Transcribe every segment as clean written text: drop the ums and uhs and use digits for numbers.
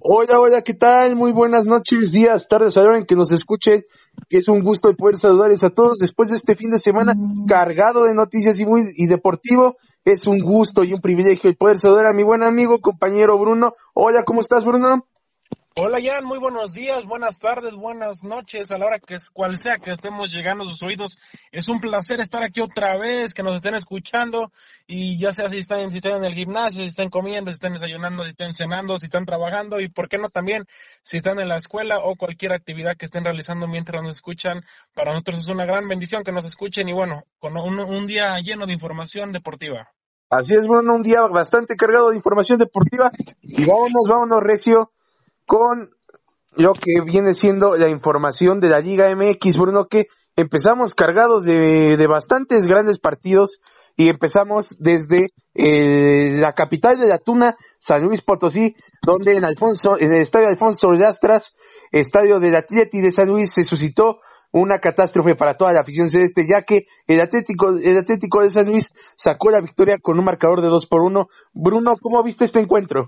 Hola, hola, ¿qué tal? Muy buenas noches, días, tardes, a la hora en que nos escuchen, que es un gusto el poder saludarles a todos después de este fin de semana cargado de noticias y deportivo. Es un gusto y un privilegio el poder saludar a mi buen amigo, compañero Bruno. Hola, ¿cómo estás, Bruno? Hola Jan, muy buenos días, buenas tardes, buenas noches, a la hora que es cual sea que estemos llegando a sus oídos. Es un placer estar aquí otra vez, que nos estén escuchando y ya sea si están en el gimnasio, si están comiendo, si están desayunando, si están cenando, si están trabajando y por qué no también si están en la escuela o cualquier actividad que estén realizando mientras nos escuchan. Para nosotros es una gran bendición que nos escuchen y bueno, con un día lleno de información deportiva. Así es, Bruno, un día bastante cargado de información deportiva y vámonos, recio, con lo que viene siendo la información de la Liga MX, Bruno, que empezamos cargados de bastantes grandes partidos y empezamos desde la capital de la Tuna, San Luis Potosí, donde en el estadio Alfonso Lastras, estadio del Atleti de San Luis, se suscitó una catástrofe para toda la afición celeste, ya que el Atlético de San Luis sacó la victoria con un marcador de 2-1. Bruno, ¿cómo viste este encuentro?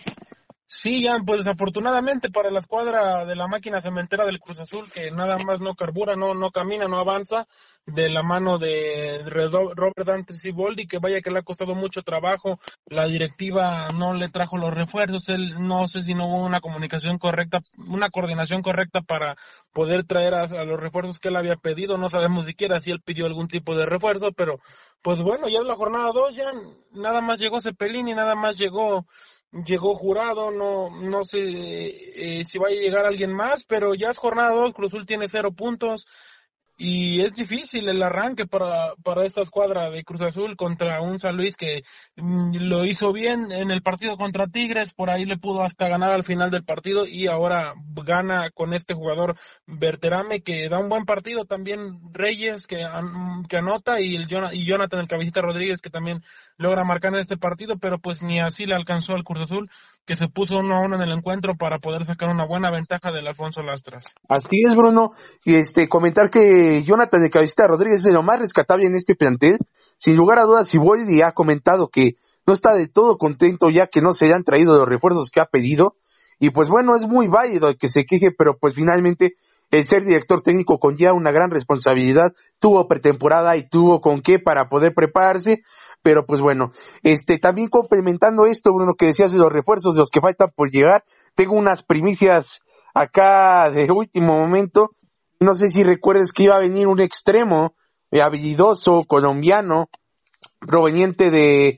Sí, Jan, pues desafortunadamente para la escuadra de la máquina cementera del Cruz Azul, que nada más no carbura, no camina, no avanza, de la mano de Robert Dante Siboldi, que vaya que le ha costado mucho trabajo, la directiva no le trajo los refuerzos, él no sé si no hubo una comunicación correcta, una coordinación correcta para poder traer a los refuerzos que él había pedido, no sabemos siquiera si él pidió algún tipo de refuerzo, pero pues bueno, ya es la jornada 2, ya nada más llegó Cepelini, nada más llegó Jurado, no sé si va a llegar alguien más, pero ya es jornada 2, Cruz Azul tiene 0 puntos y es difícil el arranque para esta escuadra de Cruz Azul contra un San Luis que lo hizo bien en el partido contra Tigres, por ahí le pudo hasta ganar al final del partido y ahora gana con este jugador Berterame que da un buen partido, también Reyes que anota y Jonathan el Cabecita Rodríguez que también logra marcar en este partido, pero pues ni así le alcanzó al Cruz Azul que se puso 1-1 en el encuentro para poder sacar una buena ventaja del Alfonso Lastras. Así es, Bruno. Y comentar que Jonathan de Cabecita Rodríguez es de lo más rescatable en este plantel. Sin lugar a dudas, Siboldi ha comentado que no está de todo contento ya que no se le han traído los refuerzos que ha pedido. Y pues bueno, es muy válido el que se queje, pero pues finalmente el ser director técnico conlleva una gran responsabilidad. Tuvo pretemporada y tuvo con qué para poder prepararse. Pero pues bueno, también complementando esto, Bruno, que decías de los refuerzos, de los que faltan por llegar, tengo unas primicias acá de último momento. No sé si recuerdes que iba a venir un extremo habilidoso colombiano proveniente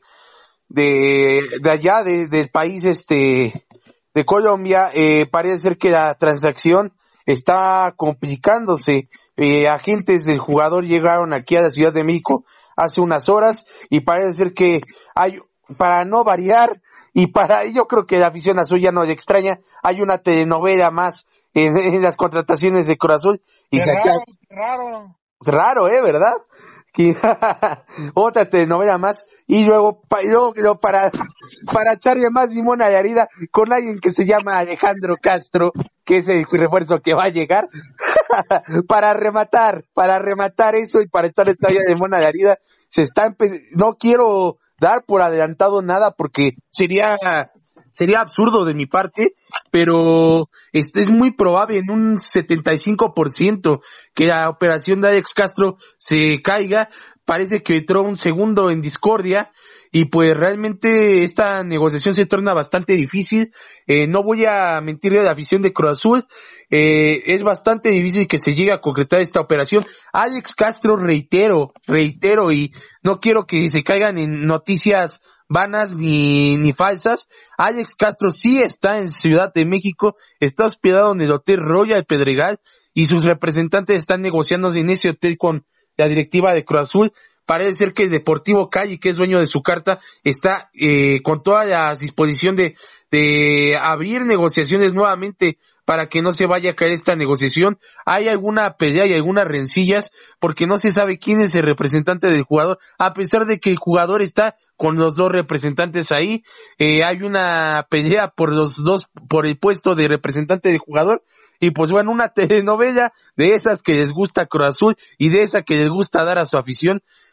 de allá del país de Colombia. Parece ser que la transacción está complicándose. Agentes del jugador llegaron aquí a la Ciudad de México hace unas horas y parece ser que hay, para no variar, y para yo creo que la afición azul ya no le extraña, hay una telenovela más en las contrataciones de Cruz Azul y Qué se raro, qué raro. es raro, ¿verdad? Que otra telenovela más y luego para echarle más limón a la herida con alguien que se llama Alejandro Castro, que es el refuerzo que va a llegar para rematar eso y para echarle todavía limón a la herida. No quiero dar por adelantado nada porque sería absurdo de mi parte, pero es muy probable en un 75% que la operación de Alex Castro se caiga. Parece que entró un segundo en discordia y pues realmente esta negociación se torna bastante difícil. No voy a mentirle a la afición de Cruz Azul, es bastante difícil que se llegue a concretar esta operación. Alex Castro, reitero, y no quiero que se caigan en noticias vanas ni falsas. Alex Castro sí está en Ciudad de México, está hospedado en el Hotel Royal Pedregal y sus representantes están negociando en ese hotel con la directiva de Cruz Azul. Parece ser que el Deportivo Cali, que es dueño de su carta, está con toda la disposición de abrir negociaciones nuevamente para que no se vaya a caer esta negociación. Hay alguna pelea y algunas rencillas porque no se sabe quién es el representante del jugador, a pesar de que el jugador está con los dos representantes ahí. Hay una pelea por el puesto de representante del jugador. Y pues bueno, una telenovela de esas que les gusta Cruz Azul y de esa que les gusta dar a su afición.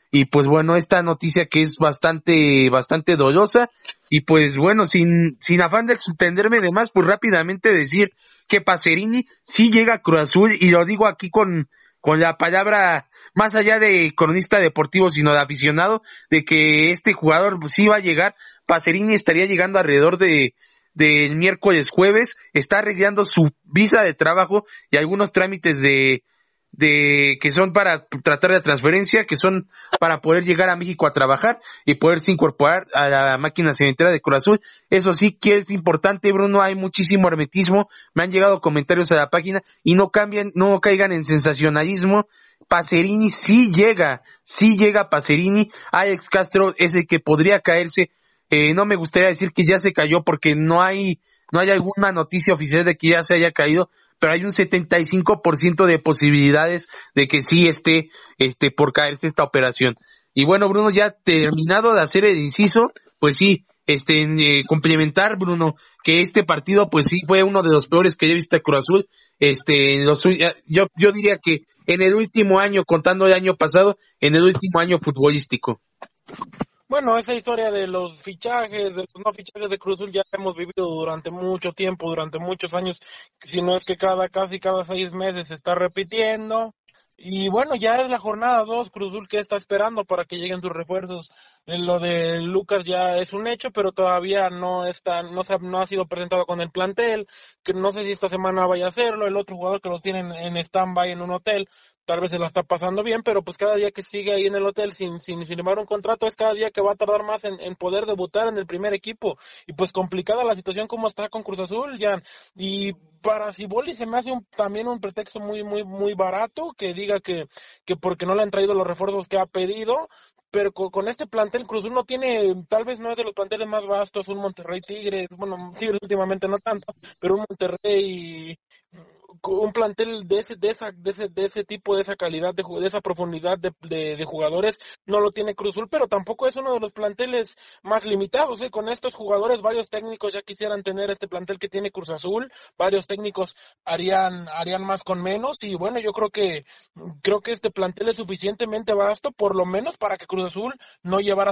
y pues bueno, esta noticia que es bastante dolorosa, y pues bueno, sin afán de extenderme de más, pues rápidamente decir que Pacerini sí llega a Cruz Azul, y lo digo aquí con la palabra, más allá de cronista deportivo, sino de aficionado, de que este jugador sí va a llegar. Pacerini estaría llegando alrededor del miércoles, jueves, está arreglando su visa de trabajo y algunos trámites de que son para tratar de transferencia, que son para poder llegar a México a trabajar y poderse incorporar a la máquina cementera de Cruz Azul. Eso sí que es importante, Bruno, hay muchísimo hermetismo, me han llegado comentarios a la página y no caigan en sensacionalismo. Pacerini sí llega Pacerini. Alex Castro es el que podría caerse. No me gustaría decir que ya se cayó porque no hay alguna noticia oficial de que ya se haya caído, pero hay un 75% de posibilidades de que sí esté por caerse esta operación. Y bueno, Bruno, ya terminado de hacer el inciso, pues sí, complementar, Bruno, que este partido pues sí fue uno de los peores que yo he visto a Cruz Azul. Yo diría que en el último año, contando el año pasado, en el último año futbolístico. Bueno, esa historia de los fichajes, de los no fichajes de Cruz Azul ya hemos vivido durante mucho tiempo, durante muchos años, si no es que casi cada 6 meses se está repitiendo. Y bueno, ya es la jornada 2, Cruz Azul que está esperando para que lleguen sus refuerzos. Lo de Lucas ya es un hecho, pero todavía no ha sido presentado con el plantel, que no sé si esta semana vaya a hacerlo. El otro jugador que lo tienen en stand-by en un hotel, tal vez se la está pasando bien, pero pues cada día que sigue ahí en el hotel sin firmar un contrato es cada día que va a tardar más en poder debutar en el primer equipo. Y pues complicada la situación como está con Cruz Azul, ya. Y para Siboldi se me hace también un pretexto muy barato que diga que porque no le han traído los refuerzos que ha pedido, pero con este plantel Cruz Azul no tiene, tal vez no es de los planteles más vastos, un Monterrey Tigres, bueno, Tigres últimamente no tanto, pero un Monterrey, un plantel de ese tipo, de esa calidad, de esa profundidad de jugadores, no lo tiene Cruz Azul, pero tampoco es uno de los planteles más limitados, con estos jugadores varios técnicos ya quisieran tener este plantel que tiene Cruz Azul, varios técnicos harían más con menos, y bueno, yo creo que este plantel es suficientemente vasto, por lo menos para que Cruz Azul no llevara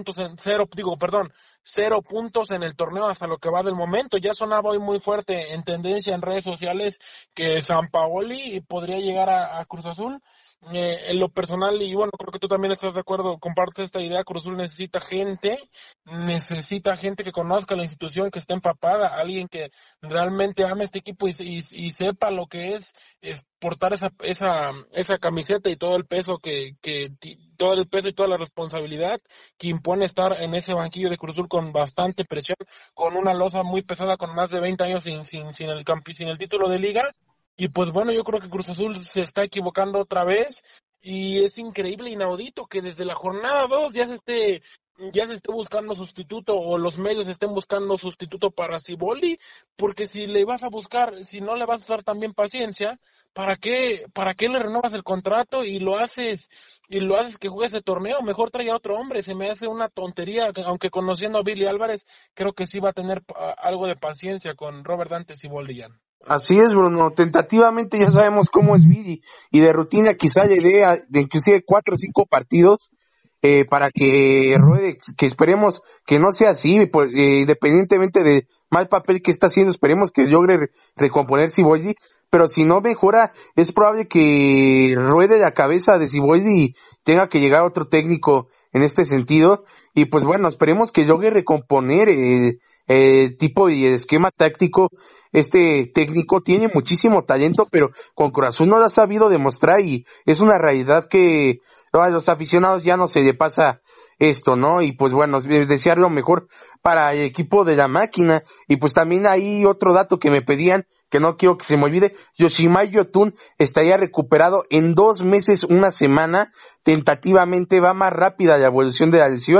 0 puntos en el torneo hasta lo que va del momento. Ya sonaba hoy muy fuerte en tendencia en redes sociales que Sampaoli podría llegar a Cruz Azul. En lo personal, y bueno, creo que tú también estás de acuerdo, compartes esta idea, Cruz Azul necesita gente que conozca la institución, que esté empapada, alguien que realmente ame este equipo y sepa lo que es portar esa camiseta y todo el peso todo el peso y toda la responsabilidad que impone estar en ese banquillo de Cruz Azul con bastante presión, con una losa muy pesada, con más de 20 años sin el título de liga. Y pues bueno, yo creo que Cruz Azul se está equivocando otra vez y es increíble, inaudito que desde la jornada 2 ya se esté buscando sustituto, o los medios estén buscando sustituto para Siboldi, porque si no le vas a dar también paciencia, ¿para qué le renovas el contrato y lo haces que juegue ese torneo? Mejor trae a otro hombre. Se me hace una tontería, aunque conociendo a Billy Álvarez, creo que sí va a tener algo de paciencia con Robert Dante Siboldi ya. Así es, Bruno, tentativamente ya sabemos cómo es Billy, y de rutina quizá le dé de inclusive 4 o 5 partidos para que ruede, que esperemos que no sea así, independientemente del mal papel que está haciendo, esperemos que logre recomponer Siboldi, pero si no mejora, es probable que ruede la cabeza de Siboldi y tenga que llegar otro técnico en este sentido, y pues bueno, esperemos que logre recomponer el tipo y el esquema táctico. Este técnico tiene muchísimo talento, pero con Cruz Azul no lo ha sabido demostrar, y es una realidad que a los aficionados ya no se le pasa esto, ¿no? Y pues bueno, desear lo mejor para el equipo de la máquina. Y pues también hay otro dato que me pedían, que no quiero que se me olvide: Yoshimar Yotun estaría recuperado en 2 meses, una semana, tentativamente va más rápida la evolución de la lesión.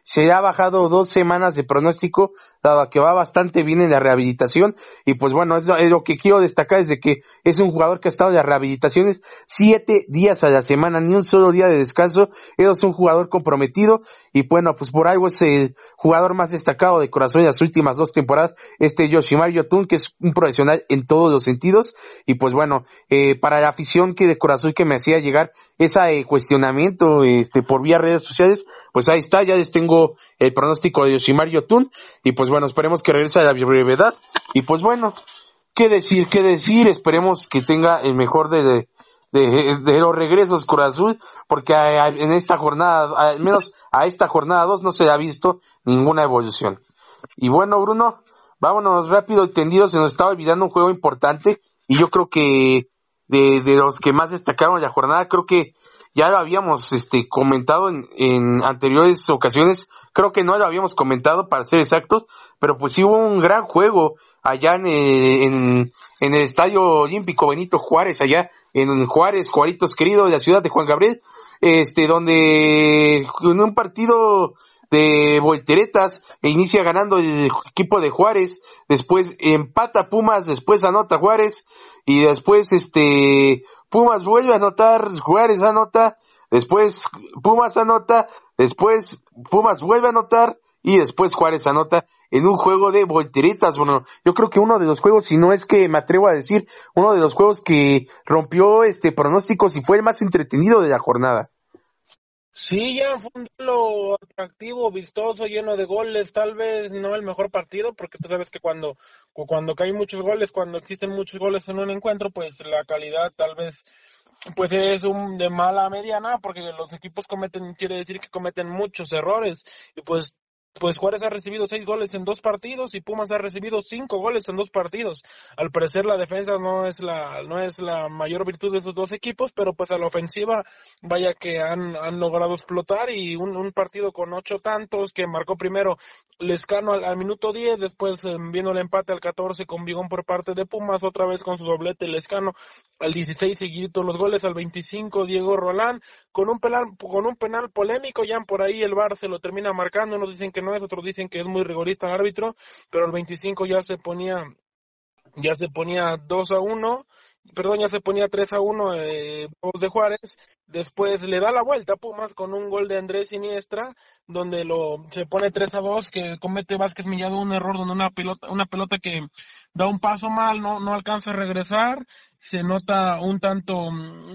se ha bajado 2 semanas de pronóstico, dado que va bastante bien en la rehabilitación, y pues bueno, es lo que quiero destacar es de que es un jugador que ha estado en las rehabilitaciones 7 días a la semana, ni un solo día de descanso, es un jugador comprometido, y bueno, pues por algo es el jugador más destacado de Cruz Azul en las últimas 2 temporadas, Yoshimar Yotun, que es un profesional en todos los sentidos, y pues bueno, para la afición que de Cruz Azul que me hacía llegar ese cuestionamiento por vía redes sociales, pues ahí está, ya les tengo el pronóstico de Yoshimar Yotun, y pues bueno, esperemos que regrese a la brevedad, y pues bueno, qué decir, esperemos que tenga el mejor de los regresos Cruz Azul, porque en esta jornada, al menos a esta jornada 2 no se ha visto ninguna evolución. Y bueno, Bruno, vámonos rápido y tendido, se nos estaba olvidando un juego importante, y yo creo que de los que más destacaron la jornada, creo que ya lo habíamos comentado en anteriores ocasiones, creo que no lo habíamos comentado para ser exactos, pero pues sí hubo un gran juego allá en el Estadio Olímpico Benito Juárez, allá en Juárez, Juaritos querido, de la ciudad de Juan Gabriel, donde en un partido de volteretas inicia ganando el equipo de Juárez, después empata Pumas, después anota Juárez, y después Pumas vuelve a anotar, Juárez anota, después Pumas anota, después Pumas vuelve a anotar, y después Juárez anota en un juego de volteretas. Bueno, yo creo que uno de los juegos, si no es que me atrevo a decir, uno de los juegos que rompió pronósticos y fue el más entretenido de la jornada. Sí, ya fue un duelo atractivo, vistoso, lleno de goles, tal vez no el mejor partido, porque tú sabes que cuando caen muchos goles, cuando existen muchos goles en un encuentro, pues la calidad tal vez pues es de mala a mediana, porque los equipos quiere decir que cometen muchos errores, y pues Juárez ha recibido 6 goles en 2 partidos y Pumas ha recibido 5 goles en 2 partidos. Al parecer la defensa no es la mayor virtud de esos dos equipos, pero pues a la ofensiva vaya que han logrado explotar, y un partido con 8 tantos que marcó primero Lescano al minuto 10, después vino el empate al 14 con Vigón por parte de Pumas, otra vez con su doblete Lescano al 16, seguidito los goles al 25 Diego Rolán con un penal polémico, ya por ahí el VAR se lo termina marcando, unos dicen que no es, otros dicen que es muy rigorista el árbitro, pero al 25 ya se ponía 2-1, perdón, ya se ponía 3-1 de Juárez. Después le da la vuelta a Pumas con un gol de Andrés Siniestra, donde se pone 3-2, que comete Vázquez Millado un error, donde una pelota que da un paso mal, no alcanza a regresar, se nota un tanto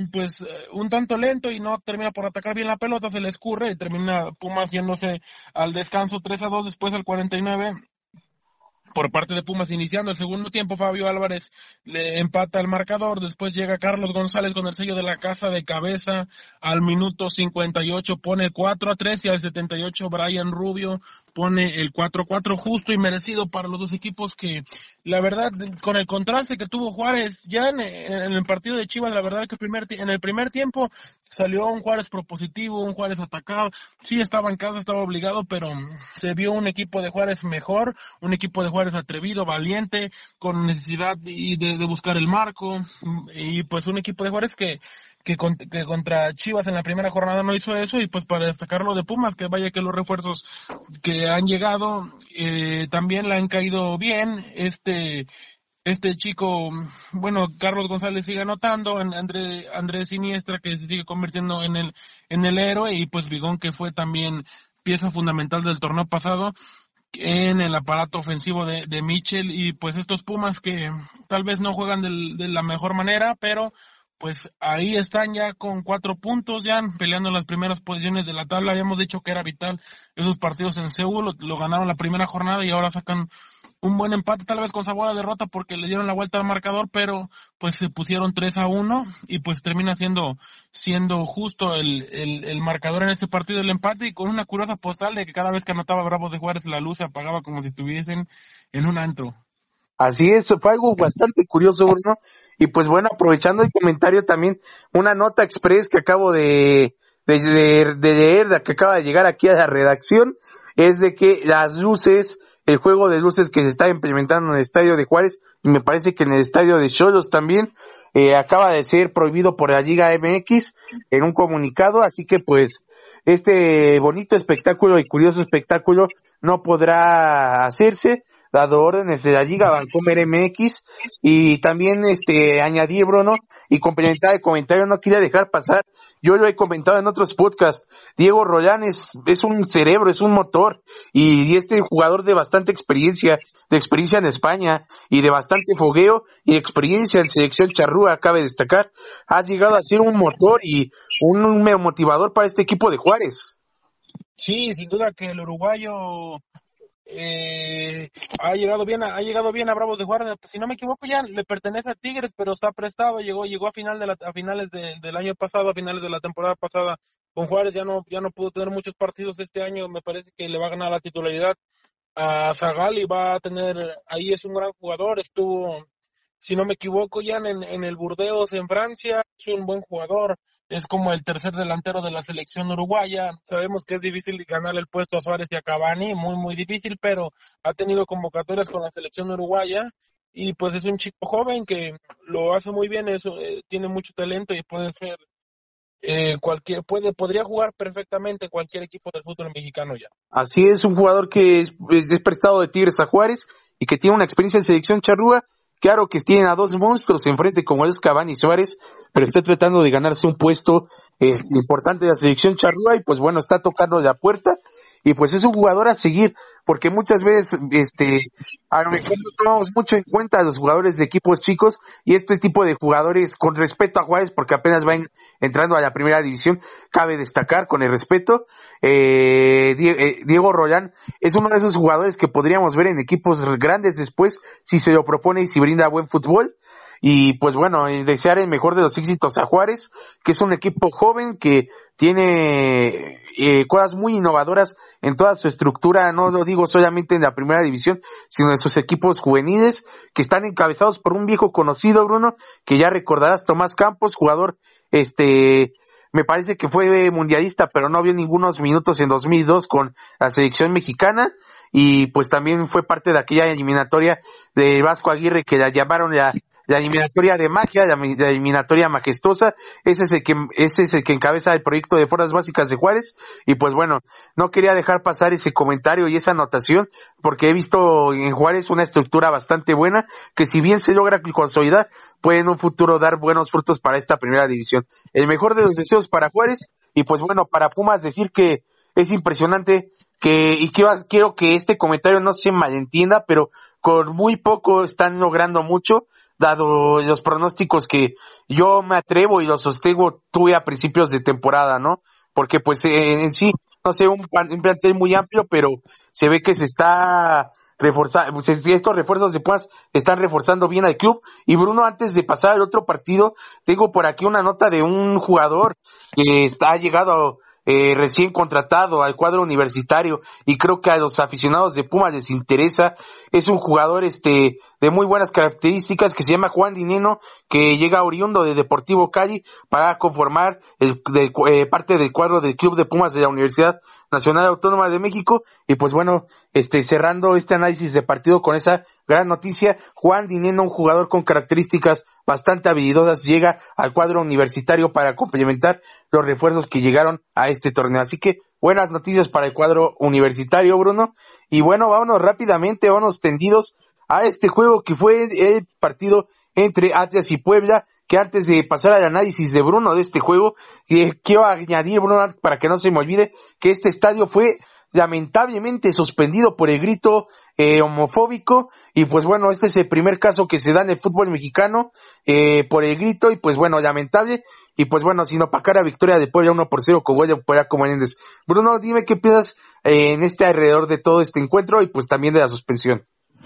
lento y no termina por atacar bien la pelota, se le escurre y termina Pumas yéndose al descanso 3-2. Después al 49 por parte de Pumas, iniciando el segundo tiempo, Fabio Álvarez le empata el marcador, después llega Carlos González con el sello de la casa de cabeza, al minuto 58 pone 4-3, y al 78 Brian Rubio pone el 4-4, justo y merecido para los dos equipos, que la verdad, con el contraste que tuvo Juárez ya en el partido de Chivas, la verdad que en el primer tiempo salió un Juárez propositivo, un Juárez atacado, sí estaba en casa, estaba obligado, pero se vio un equipo de Juárez mejor, un equipo de Juárez atrevido, valiente, con necesidad de buscar el marco, y pues un equipo de Juárez que contra Chivas en la primera jornada no hizo eso, y pues para destacarlo de Pumas, que vaya que los refuerzos que han llegado también le han caído bien. Este chico, bueno, Carlos González sigue anotando, Andrés Siniestra, que se sigue convirtiendo en el héroe, y pues Vigón, que fue también pieza fundamental del torneo pasado en el aparato ofensivo de Mitchell, y pues estos Pumas que tal vez no juegan de la mejor manera, pero pues ahí están ya con 4 puntos, ya peleando las primeras posiciones de la tabla. Habíamos dicho que era vital esos partidos en Seúl, lo ganaron la primera jornada y ahora sacan un buen empate, tal vez con sabor a derrota porque le dieron la vuelta al marcador, pero pues se pusieron 3-1 y pues termina siendo justo el marcador en ese partido, el empate, y con una curiosa postal de que cada vez que anotaba Bravos de Juárez la luz se apagaba como si estuviesen en un antro. Así es, fue algo bastante curioso, Bruno. Y pues bueno, aprovechando el comentario también, una nota express que acabo de leer, que acaba de llegar aquí a la redacción, es de que el juego de luces que se está implementando en el estadio de Juárez, y me parece que en el estadio de Xolos también, acaba de ser prohibido por la Liga MX en un comunicado, así que pues este bonito espectáculo y curioso espectáculo no podrá hacerse, dado órdenes de la Liga Vancomer MX, y también añadí, Bruno, y complementar el comentario, no quería dejar pasar, yo lo he comentado en otros podcasts, Diego Roldán es un cerebro, es un motor, y este jugador de bastante experiencia en España, y de bastante fogueo, y experiencia en selección charrúa, cabe destacar, ha llegado a ser un motor y un motivador para este equipo de Juárez. Sí, sin duda que el uruguayo ha llegado bien a Bravos de Juárez. Si no me equivoco, ya le pertenece a Tigres, pero está prestado. Llegó a finales del año pasado, a finales de la temporada pasada con Juárez. Ya no pudo tener muchos partidos este año. Me parece que le va a ganar la titularidad a Zagalli. Va a tener ahí, es un gran jugador. Estuvo, si no me equivoco, ya en el Burdeos en Francia. Es un buen jugador. Es como el tercer delantero de la selección uruguaya. Sabemos que es difícil ganar el puesto a Suárez y a Cavani, muy, muy difícil, pero ha tenido convocatorias con la selección uruguaya y pues es un chico joven que lo hace muy bien, tiene mucho talento y puede ser podría jugar perfectamente cualquier equipo del fútbol mexicano ya. Así es, un jugador que es prestado de Tigres a Juárez y que tiene una experiencia en selección charrúa. Claro que tienen a dos monstruos enfrente como es Cavani y Suárez, pero está tratando de ganarse un puesto importante de la selección charrúa y pues bueno, está tocando la puerta y pues es un jugador a seguir, porque muchas veces a lo mejor no tomamos mucho en cuenta a los jugadores de equipos chicos y este tipo de jugadores, con respeto a Juárez, porque apenas van entrando a la primera división, cabe destacar con el respeto, Diego Roldán es uno de esos jugadores que podríamos ver en equipos grandes después, si se lo propone y si brinda buen fútbol. Y pues bueno, desear el mejor de los éxitos a Juárez, que es un equipo joven que tiene cosas muy innovadoras en toda su estructura, no lo digo solamente en la primera división, sino en sus equipos juveniles, que están encabezados por un viejo conocido, Bruno, que ya recordarás, Tomás Campos, jugador, me parece que fue mundialista, pero no vio ningunos minutos en 2002 con la selección mexicana, y pues también fue parte de aquella eliminatoria de Vasco Aguirre que la llamaron la eliminatoria de magia, la eliminatoria majestuosa. Ese es el que encabeza el proyecto de fuerzas básicas de Juárez, y pues bueno, no quería dejar pasar ese comentario y esa anotación, porque he visto en Juárez una estructura bastante buena, que si bien se logra consolidar, puede en un futuro dar buenos frutos para esta primera división. El mejor de los deseos para Juárez, y pues bueno, para Pumas decir que es impresionante quiero que este comentario no se malentienda, pero con muy poco están logrando mucho, dado los pronósticos que yo me atrevo y los sostengo tuve a principios de temporada, ¿no? Porque pues en sí, no sé, un plantel muy amplio, pero se ve que se está reforzando, estos refuerzos de Pumas están reforzando bien al club. Y Bruno, antes de pasar al otro partido, tengo por aquí una nota de un jugador que ha llegado recién contratado al cuadro universitario y creo que a los aficionados de Pumas les interesa. Es un jugador de muy buenas características que se llama Juan Dineno, que llega oriundo de Deportivo Cali para conformar parte del cuadro del club de Pumas de la Universidad Nacional Autónoma de México. Y pues bueno, cerrando este análisis de partido con esa gran noticia, Juan Dineno, un jugador con características bastante habilidosas, llega al cuadro universitario para complementar los refuerzos que llegaron a este torneo. Así que buenas noticias para el cuadro universitario, Bruno. Y bueno, vámonos rápidamente, vámonos tendidos a este juego que fue el partido entre Atlas y Puebla, que antes de pasar al análisis de Bruno de este juego, quiero añadir, Bruno, para que no se me olvide, que este estadio fue lamentablemente suspendido por el grito homofóbico, y pues bueno, este es el primer caso que se da en el fútbol mexicano por el grito, y pues bueno, lamentable, y pues bueno, sin opacar a victoria de Puebla 1-0 con gol de Paco Menéndez. Bruno, dime qué piensas en alrededor de todo este encuentro y pues también de la suspensión.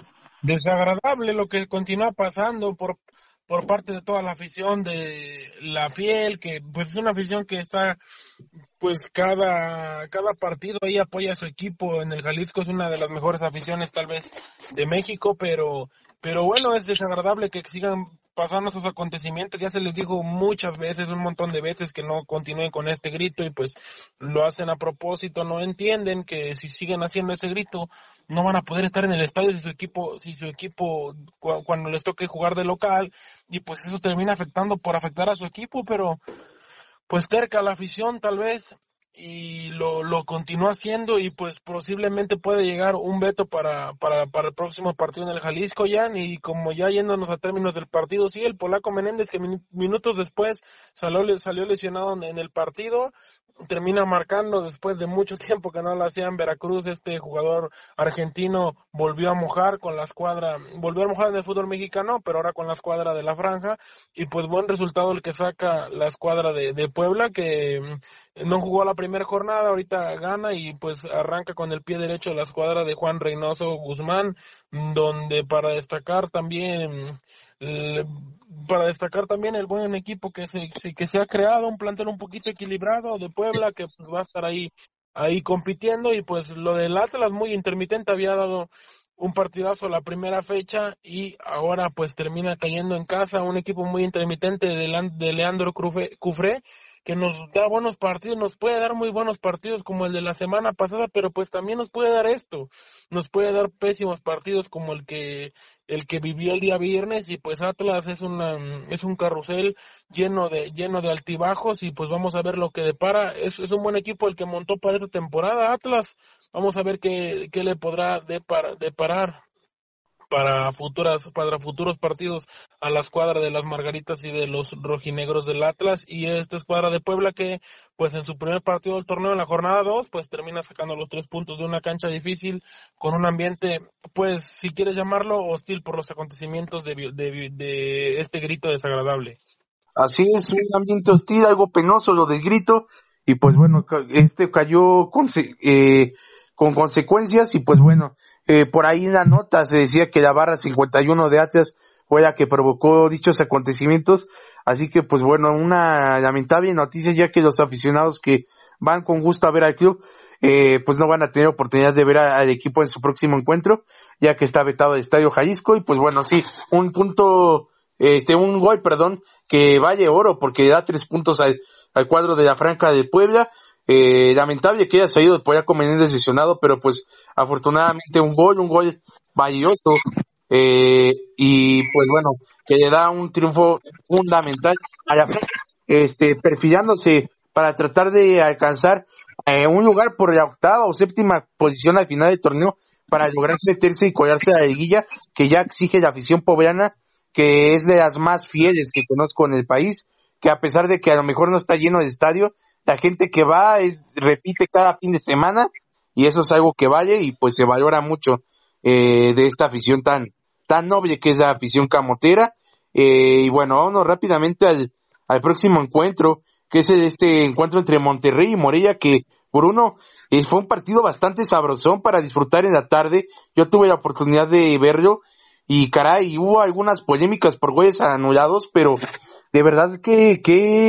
Desagradable lo que continúa pasando por parte de toda la afición de la Fiel, que pues es una afición que está, pues cada partido ahí apoya a su equipo. En el Jalisco es una de las mejores aficiones tal vez de México, pero bueno, es desagradable que sigan pasando esos acontecimientos. Ya se les dijo muchas veces, un montón de veces, que no continúen con este grito, y pues lo hacen a propósito. No entienden que si siguen haciendo ese grito no van a poder estar en el estadio si su equipo cuando les toque jugar de local, y pues eso termina afectar a su equipo. Pero pues terca la afición tal vez, y lo continúa haciendo, y pues posiblemente puede llegar un veto para el próximo partido en el Jalisco, Jan. Y como ya yéndonos a términos del partido, sí, el polaco Menéndez, que minutos después salió lesionado en el partido, termina marcando después de mucho tiempo que no lo hacía en Veracruz. Este jugador argentino volvió a mojar en el fútbol mexicano, pero ahora con la escuadra de la Franja, y pues buen resultado el que saca la escuadra de Puebla, que no jugó la primera jornada, ahorita gana y pues arranca con el pie derecho la escuadra de Juan Reynoso Guzmán, donde eh, para destacar también el buen equipo que se ha creado, un plantel un poquito equilibrado de Puebla, que pues va a estar ahí compitiendo. Y pues lo del Atlas muy intermitente, había dado un partidazo la primera fecha y ahora pues termina cayendo en casa, un equipo muy intermitente de Leandro Cufré, que nos da buenos partidos, nos puede dar muy buenos partidos como el de la semana pasada, pero pues también nos puede dar nos puede dar pésimos partidos como el que vivió el día viernes. Y pues Atlas es un carrusel lleno de altibajos, y pues vamos a ver lo que depara. Es un buen equipo el que montó para esta temporada Atlas. Vamos a ver qué le podrá deparar para futuros partidos a la escuadra de las Margaritas y de los rojinegros del Atlas. Y esta escuadra de Puebla, que pues en su primer partido del torneo, en la jornada 2, pues termina sacando los 3 puntos de una cancha difícil, con un ambiente, pues si quieres llamarlo, hostil por los acontecimientos de este grito desagradable. Así es, un ambiente hostil, algo penoso lo del grito, y pues bueno, cayó con consecuencias. Y pues bueno, por ahí en la nota se decía que la barra 51 de Atlas fue la que provocó dichos acontecimientos. Así que pues bueno, una lamentable noticia, ya que los aficionados que van con gusto a ver al club, pues no van a tener oportunidad de ver al equipo en su próximo encuentro, ya que está vetado el Estadio Jalisco. Y pues bueno, sí, un gol, que vale oro, porque da 3 puntos al cuadro de la Franja de Puebla. Lamentable que haya salido de Polaco Menéndez lesionado, pero pues afortunadamente un gol valioso, y pues bueno, que le da un triunfo fundamental a la Franja, perfilándose para tratar de alcanzar un lugar por la 8ª o 7ª posición al final del torneo, para lograr meterse y colarse a la liguilla que ya exige la afición poblana, que es de las más fieles que conozco en el país, que a pesar de que a lo mejor no está lleno de estadio, la gente que va repite cada fin de semana, y eso es algo que vale y pues se valora mucho de esta afición tan noble que es la afición camotera. Y bueno, vámonos rápidamente al próximo encuentro, que es este encuentro entre Monterrey y Morelia, que fue un partido bastante sabrosón para disfrutar en la tarde. Yo tuve la oportunidad de verlo, y caray, hubo algunas polémicas por goles anulados, pero de verdad que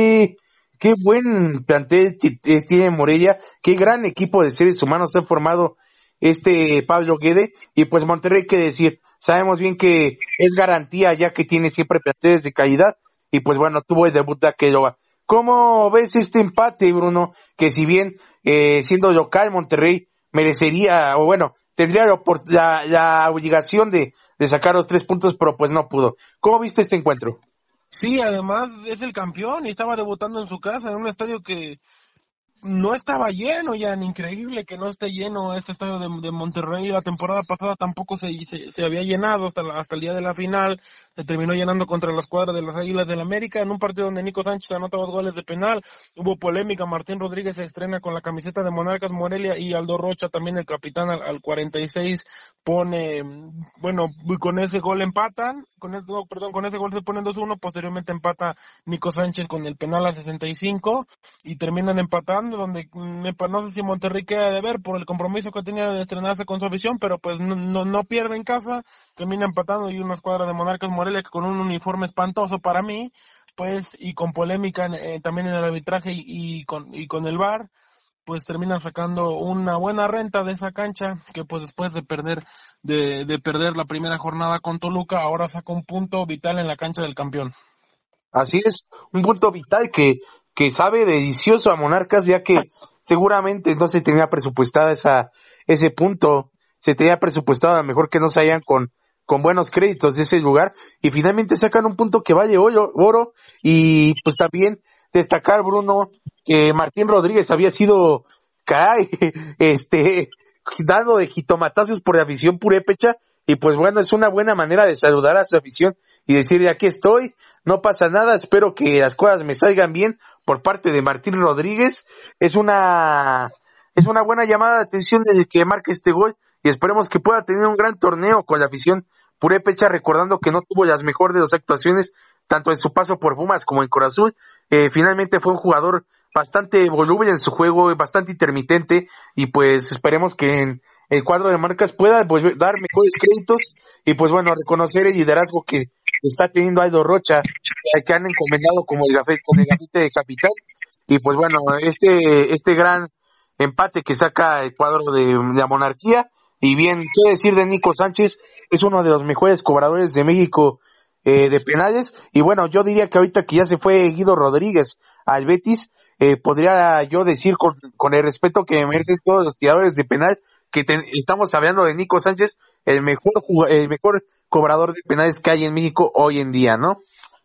qué buen plantel tiene Morelia, qué gran equipo de seres humanos ha formado Pablo Guede. Y pues Monterrey, qué decir, sabemos bien que es garantía, ya que tiene siempre planteles de calidad, y pues bueno, tuvo el debut de Aqueloa. ¿Cómo ves este empate, Bruno? Que si bien siendo local Monterrey merecería, o bueno, tendría la obligación de sacar los 3 puntos, pero pues no pudo. ¿Cómo viste este encuentro? Sí, además es el campeón y estaba debutando en su casa, en un estadio que no estaba lleno. Ya, increíble que no esté lleno este estadio de Monterrey. La temporada pasada tampoco se había llenado hasta el día de la final. Se terminó llenando contra la escuadra de las Águilas del América, en un partido donde Nico Sánchez anota 2 goles de penal. Hubo polémica, Martín Rodríguez se estrena con la camiseta de Monarcas Morelia, y Aldo Rocha, también el capitán, al 46 pone, bueno, con ese gol empatan, con ese gol se ponen 2-1, posteriormente empata Nico Sánchez con el penal al 65 y terminan empatando, donde no sé si Monterrey queda de ver por el compromiso que tenía de estrenarse con su afición, pero pues no pierde en casa, termina empatando. Y una escuadra de Monarcas Morelia que con un uniforme espantoso para mí, pues, y con polémica también en el arbitraje y con el VAR, pues terminan sacando una buena renta de esa cancha, que pues después de perder la primera jornada con Toluca, ahora saca un punto vital en la cancha del campeón. Así es, un punto vital que sabe delicioso a Monarcas, ya que seguramente no se tenía presupuestada ese punto, se tenía presupuestado a lo mejor que no se hayan con buenos créditos de ese lugar, y finalmente sacan un punto que vale oro. Y pues también destacar, Bruno, que Martín Rodríguez había sido, caray, dado de jitomatazos por la afición purépecha, y pues bueno, es una buena manera de saludar a su afición y decirle, aquí estoy, no pasa nada, espero que las cosas me salgan bien por parte de Martín Rodríguez. Es una buena llamada de atención de que marque este gol, y esperemos que pueda tener un gran torneo con la afición purépecha, recordando que no tuvo las mejores de las actuaciones tanto en su paso por Pumas como en Cruz Azul. Finalmente fue un jugador bastante voluble en su juego, bastante intermitente, y pues esperemos que en el cuadro de marcas pueda pues, dar mejores créditos, y pues bueno, reconocer el liderazgo que está teniendo Aldo Rocha, que han encomendado como con el gafete de capitán. Y pues bueno, este gran empate que saca el cuadro de la Monarquía. Y bien, qué decir de Nico Sánchez, es uno de los mejores cobradores de México de penales. Y bueno, yo diría que ahorita que ya se fue Guido Rodríguez al Betis, podría yo decir con el respeto que merecen todos los tiradores de penal, que estamos hablando de Nico Sánchez, el mejor cobrador de penales que hay en México hoy en día, ¿no?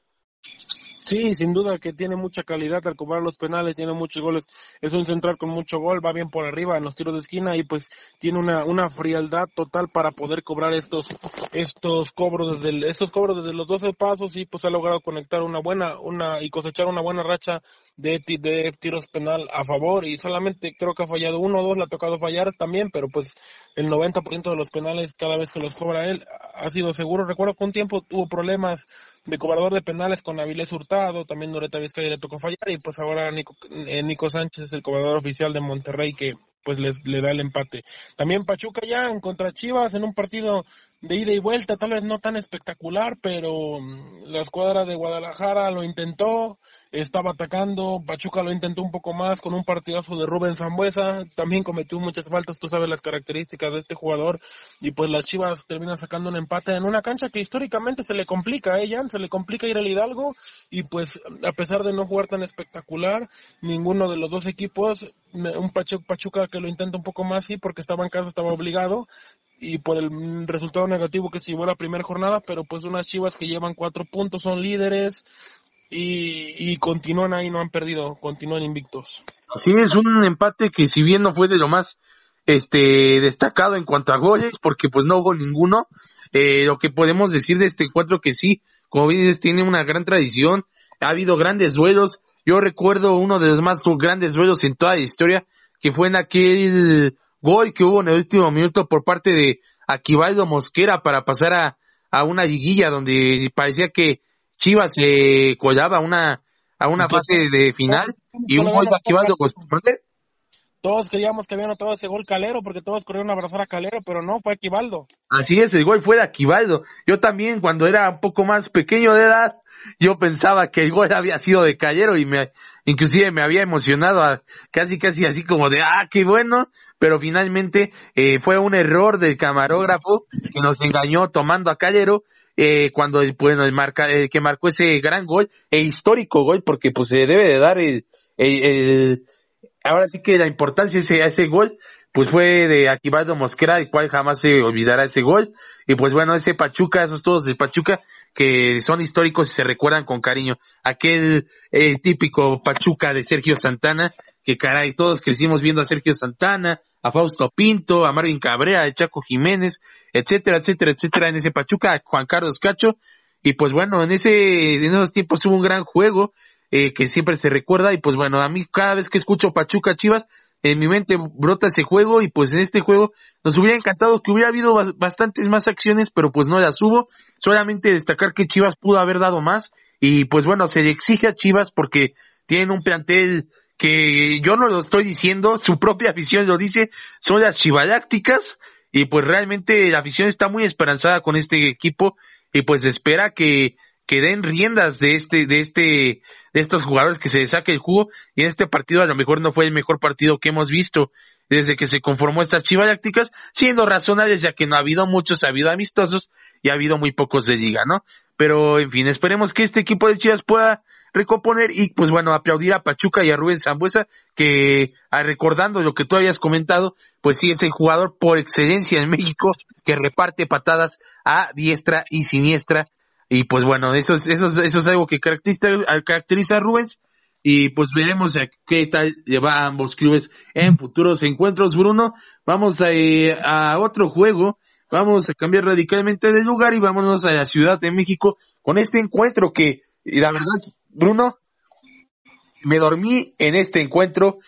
Sí, sin duda que tiene mucha calidad al cobrar los penales, tiene muchos goles, es un central con mucho gol, va bien por arriba en los tiros de esquina y pues tiene una frialdad total para poder cobrar estos cobros desde los 12 pasos, y pues ha logrado conectar y cosechar una buena racha de tiros penal a favor, y solamente creo que ha fallado uno o dos, le ha tocado fallar también, pero pues el 90% de los penales cada vez que los cobra él ha sido seguro. Recuerdo que un tiempo tuvo problemas de cobrador de penales con Avilés Hurtado, también Nureta Vizcaya le tocó fallar, y pues ahora Nico Sánchez es el cobrador oficial de Monterrey, que pues le da el empate. También Pachuca ya en contra Chivas en un partido de ida y vuelta, tal vez no tan espectacular, pero la escuadra de Guadalajara lo intentó, estaba atacando, Pachuca lo intentó un poco más con un partidazo de Rubén Sambueza, también cometió muchas faltas, tú sabes las características de este jugador, y pues las Chivas terminan sacando un empate en una cancha que históricamente se le complica a ella, se le complica ir al Hidalgo, y pues a pesar de no jugar tan espectacular, ninguno de los dos equipos, un Pachuca que lo intenta un poco más, sí, porque estaba en casa, estaba obligado, y por el resultado negativo que se llevó la primera jornada, pero pues unas Chivas que llevan 4 puntos, son líderes, y continúan ahí, no han perdido, continúan invictos. Sí, es un empate que si bien no fue de lo más destacado en cuanto a goles, porque pues no hubo ninguno, lo que podemos decir de este encuentro que sí, como bien dices, tiene una gran tradición, ha habido grandes duelos. Yo recuerdo uno de los más grandes duelos en toda la historia, que fue en aquel gol que hubo en el último minuto por parte de Aquivaldo Mosquera para pasar a una liguilla donde parecía que Chivas colaba a una fase de final, y un gol de Aquivaldo. Todos creíamos que había anotado ese gol Calero, porque todos corrieron a abrazar a Calero, pero no, fue Aquivaldo. Así es, el gol fue de Aquivaldo. Yo también, cuando era un poco más pequeño de edad, yo pensaba que el gol había sido de Calero, y inclusive me había emocionado casi así como de, qué bueno, pero finalmente fue un error del camarógrafo que nos engañó tomando a Calero, cuando el que marcó ese gran gol, histórico gol, porque pues se debe de dar ahora sí que la importancia a ese gol, pues fue de Aquivaldo Mosquera, el cual jamás se olvidará ese gol. Y pues bueno, ese Pachuca, esos todos de Pachuca que son históricos y se recuerdan con cariño. Aquel típico Pachuca de Sergio Santana, que caray, todos crecimos viendo a Sergio Santana, a Fausto Pinto, a Marvin Cabrera, a Chaco Jiménez, etcétera, en ese Pachuca, a Juan Carlos Cacho. Y pues bueno, en esos tiempos hubo un gran juego, que siempre se recuerda. Y pues bueno, a mí cada vez que escucho Pachuca Chivas, en mi mente brota ese juego, y pues en este juego nos hubiera encantado que hubiera habido bastantes más acciones, pero pues no las hubo. Solamente destacar que Chivas pudo haber dado más, y pues bueno, se le exige a Chivas porque tienen un plantel que yo no lo estoy diciendo, su propia afición lo dice, son las chivalácticas, y pues realmente la afición está muy esperanzada con este equipo, y pues espera que den riendas de estos jugadores, que se les saque el jugo. Y en este partido a lo mejor no fue el mejor partido que hemos visto desde que se conformó estas Chivalácticas, siendo razonables, ya que no ha habido muchos, ha habido amistosos y ha habido muy pocos de liga, ¿no? Pero en fin, esperemos que este equipo de Chivas pueda recomponer, y pues bueno, aplaudir a Pachuca y a Rubén Sambueza, que recordando lo que tú habías comentado, pues sí es el jugador por excelencia en México, que reparte patadas a diestra y siniestra. Y pues bueno, eso es algo que caracteriza a Rubens, y pues veremos a qué tal lleva a ambos clubes en futuros encuentros. Bruno, vamos a otro juego, vamos a cambiar radicalmente de lugar y vámonos a la Ciudad de México con este encuentro que, y la verdad, Bruno, me dormí en este encuentro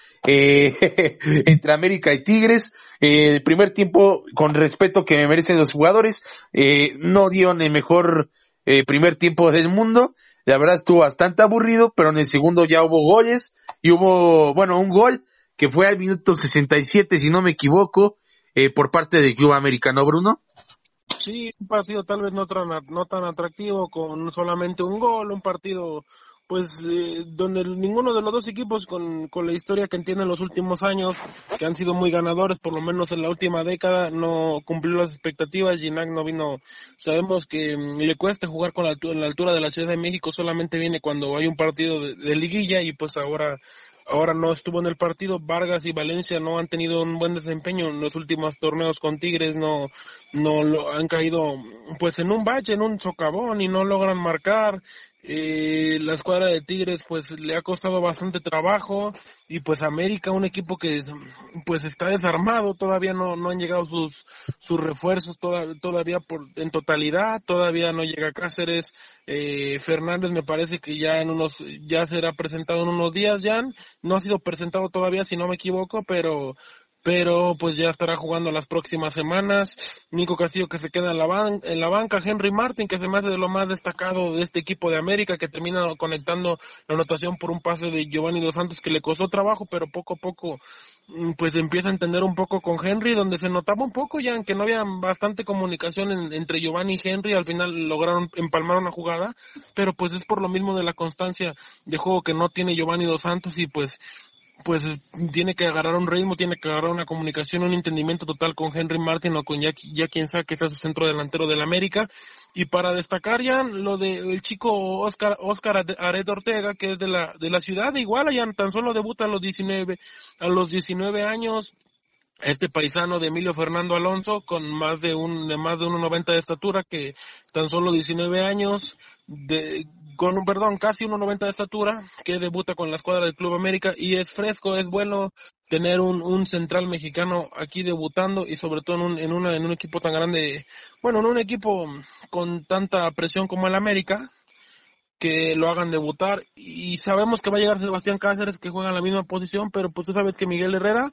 entre América y Tigres. El primer tiempo, con respeto que me merecen los jugadores, no dieron el mejor primer tiempo del mundo. La verdad estuvo bastante aburrido, pero en el segundo ya hubo goles y hubo, bueno, un gol que fue al minuto 67, si no me equivoco, por parte del Club Americano, Bruno. Sí, un partido tal vez no tan atractivo, con solamente un gol, un partido pues donde ninguno de los dos equipos con la historia que tienen los últimos años, que han sido muy ganadores, por lo menos en la última década, no cumplió las expectativas. Gignac no vino, sabemos que le cuesta jugar en la altura de la Ciudad de México, solamente viene cuando hay un partido de liguilla, y pues ahora no estuvo en el partido. Vargas y Valencia no han tenido un buen desempeño en los últimos torneos con Tigres, han caído pues en un bache, en un socavón, y no logran marcar. La escuadra de Tigres pues le ha costado bastante trabajo, y pues América, un equipo que pues está desarmado, todavía no han llegado sus refuerzos todavía en totalidad, todavía no llega Cáceres. Fernández me parece que ya será presentado en unos días. Ya no ha sido presentado todavía, si no me equivoco, pero pues ya estará jugando las próximas semanas. Nico Castillo, que se queda en la banca. Henry Martin, que se me hace de lo más destacado de este equipo de América, que termina conectando la anotación por un pase de Giovanni Dos Santos, que le costó trabajo, pero poco a poco pues empieza a entender un poco con Henry, donde se notaba un poco ya que no había bastante comunicación entre Giovanni y Henry. Al final lograron empalmar una jugada, pero pues es por lo mismo de la constancia de juego que no tiene Giovanni Dos Santos, y pues tiene que agarrar un ritmo, tiene que agarrar una comunicación, un entendimiento total con Henry Martin, o con ya quien sea que sea su centro delantero del América. Y para destacar ya lo de el chico Oscar Ared Ortega, que es de la ciudad de Iguala, ya tan solo debuta a los 19 años. Este paisano de Emilio Fernando Alonso, con más de 1.90 de estatura, que tan solo 19 años, casi 1.90 de estatura, que debuta con la escuadra del Club América, y es fresco. Es bueno tener un central mexicano aquí debutando, y sobre todo en un equipo tan grande, bueno, en un equipo con tanta presión como el América, que lo hagan debutar. Y sabemos que va a llegar Sebastián Cáceres, que juega en la misma posición, pero pues tú sabes que Miguel Herrera,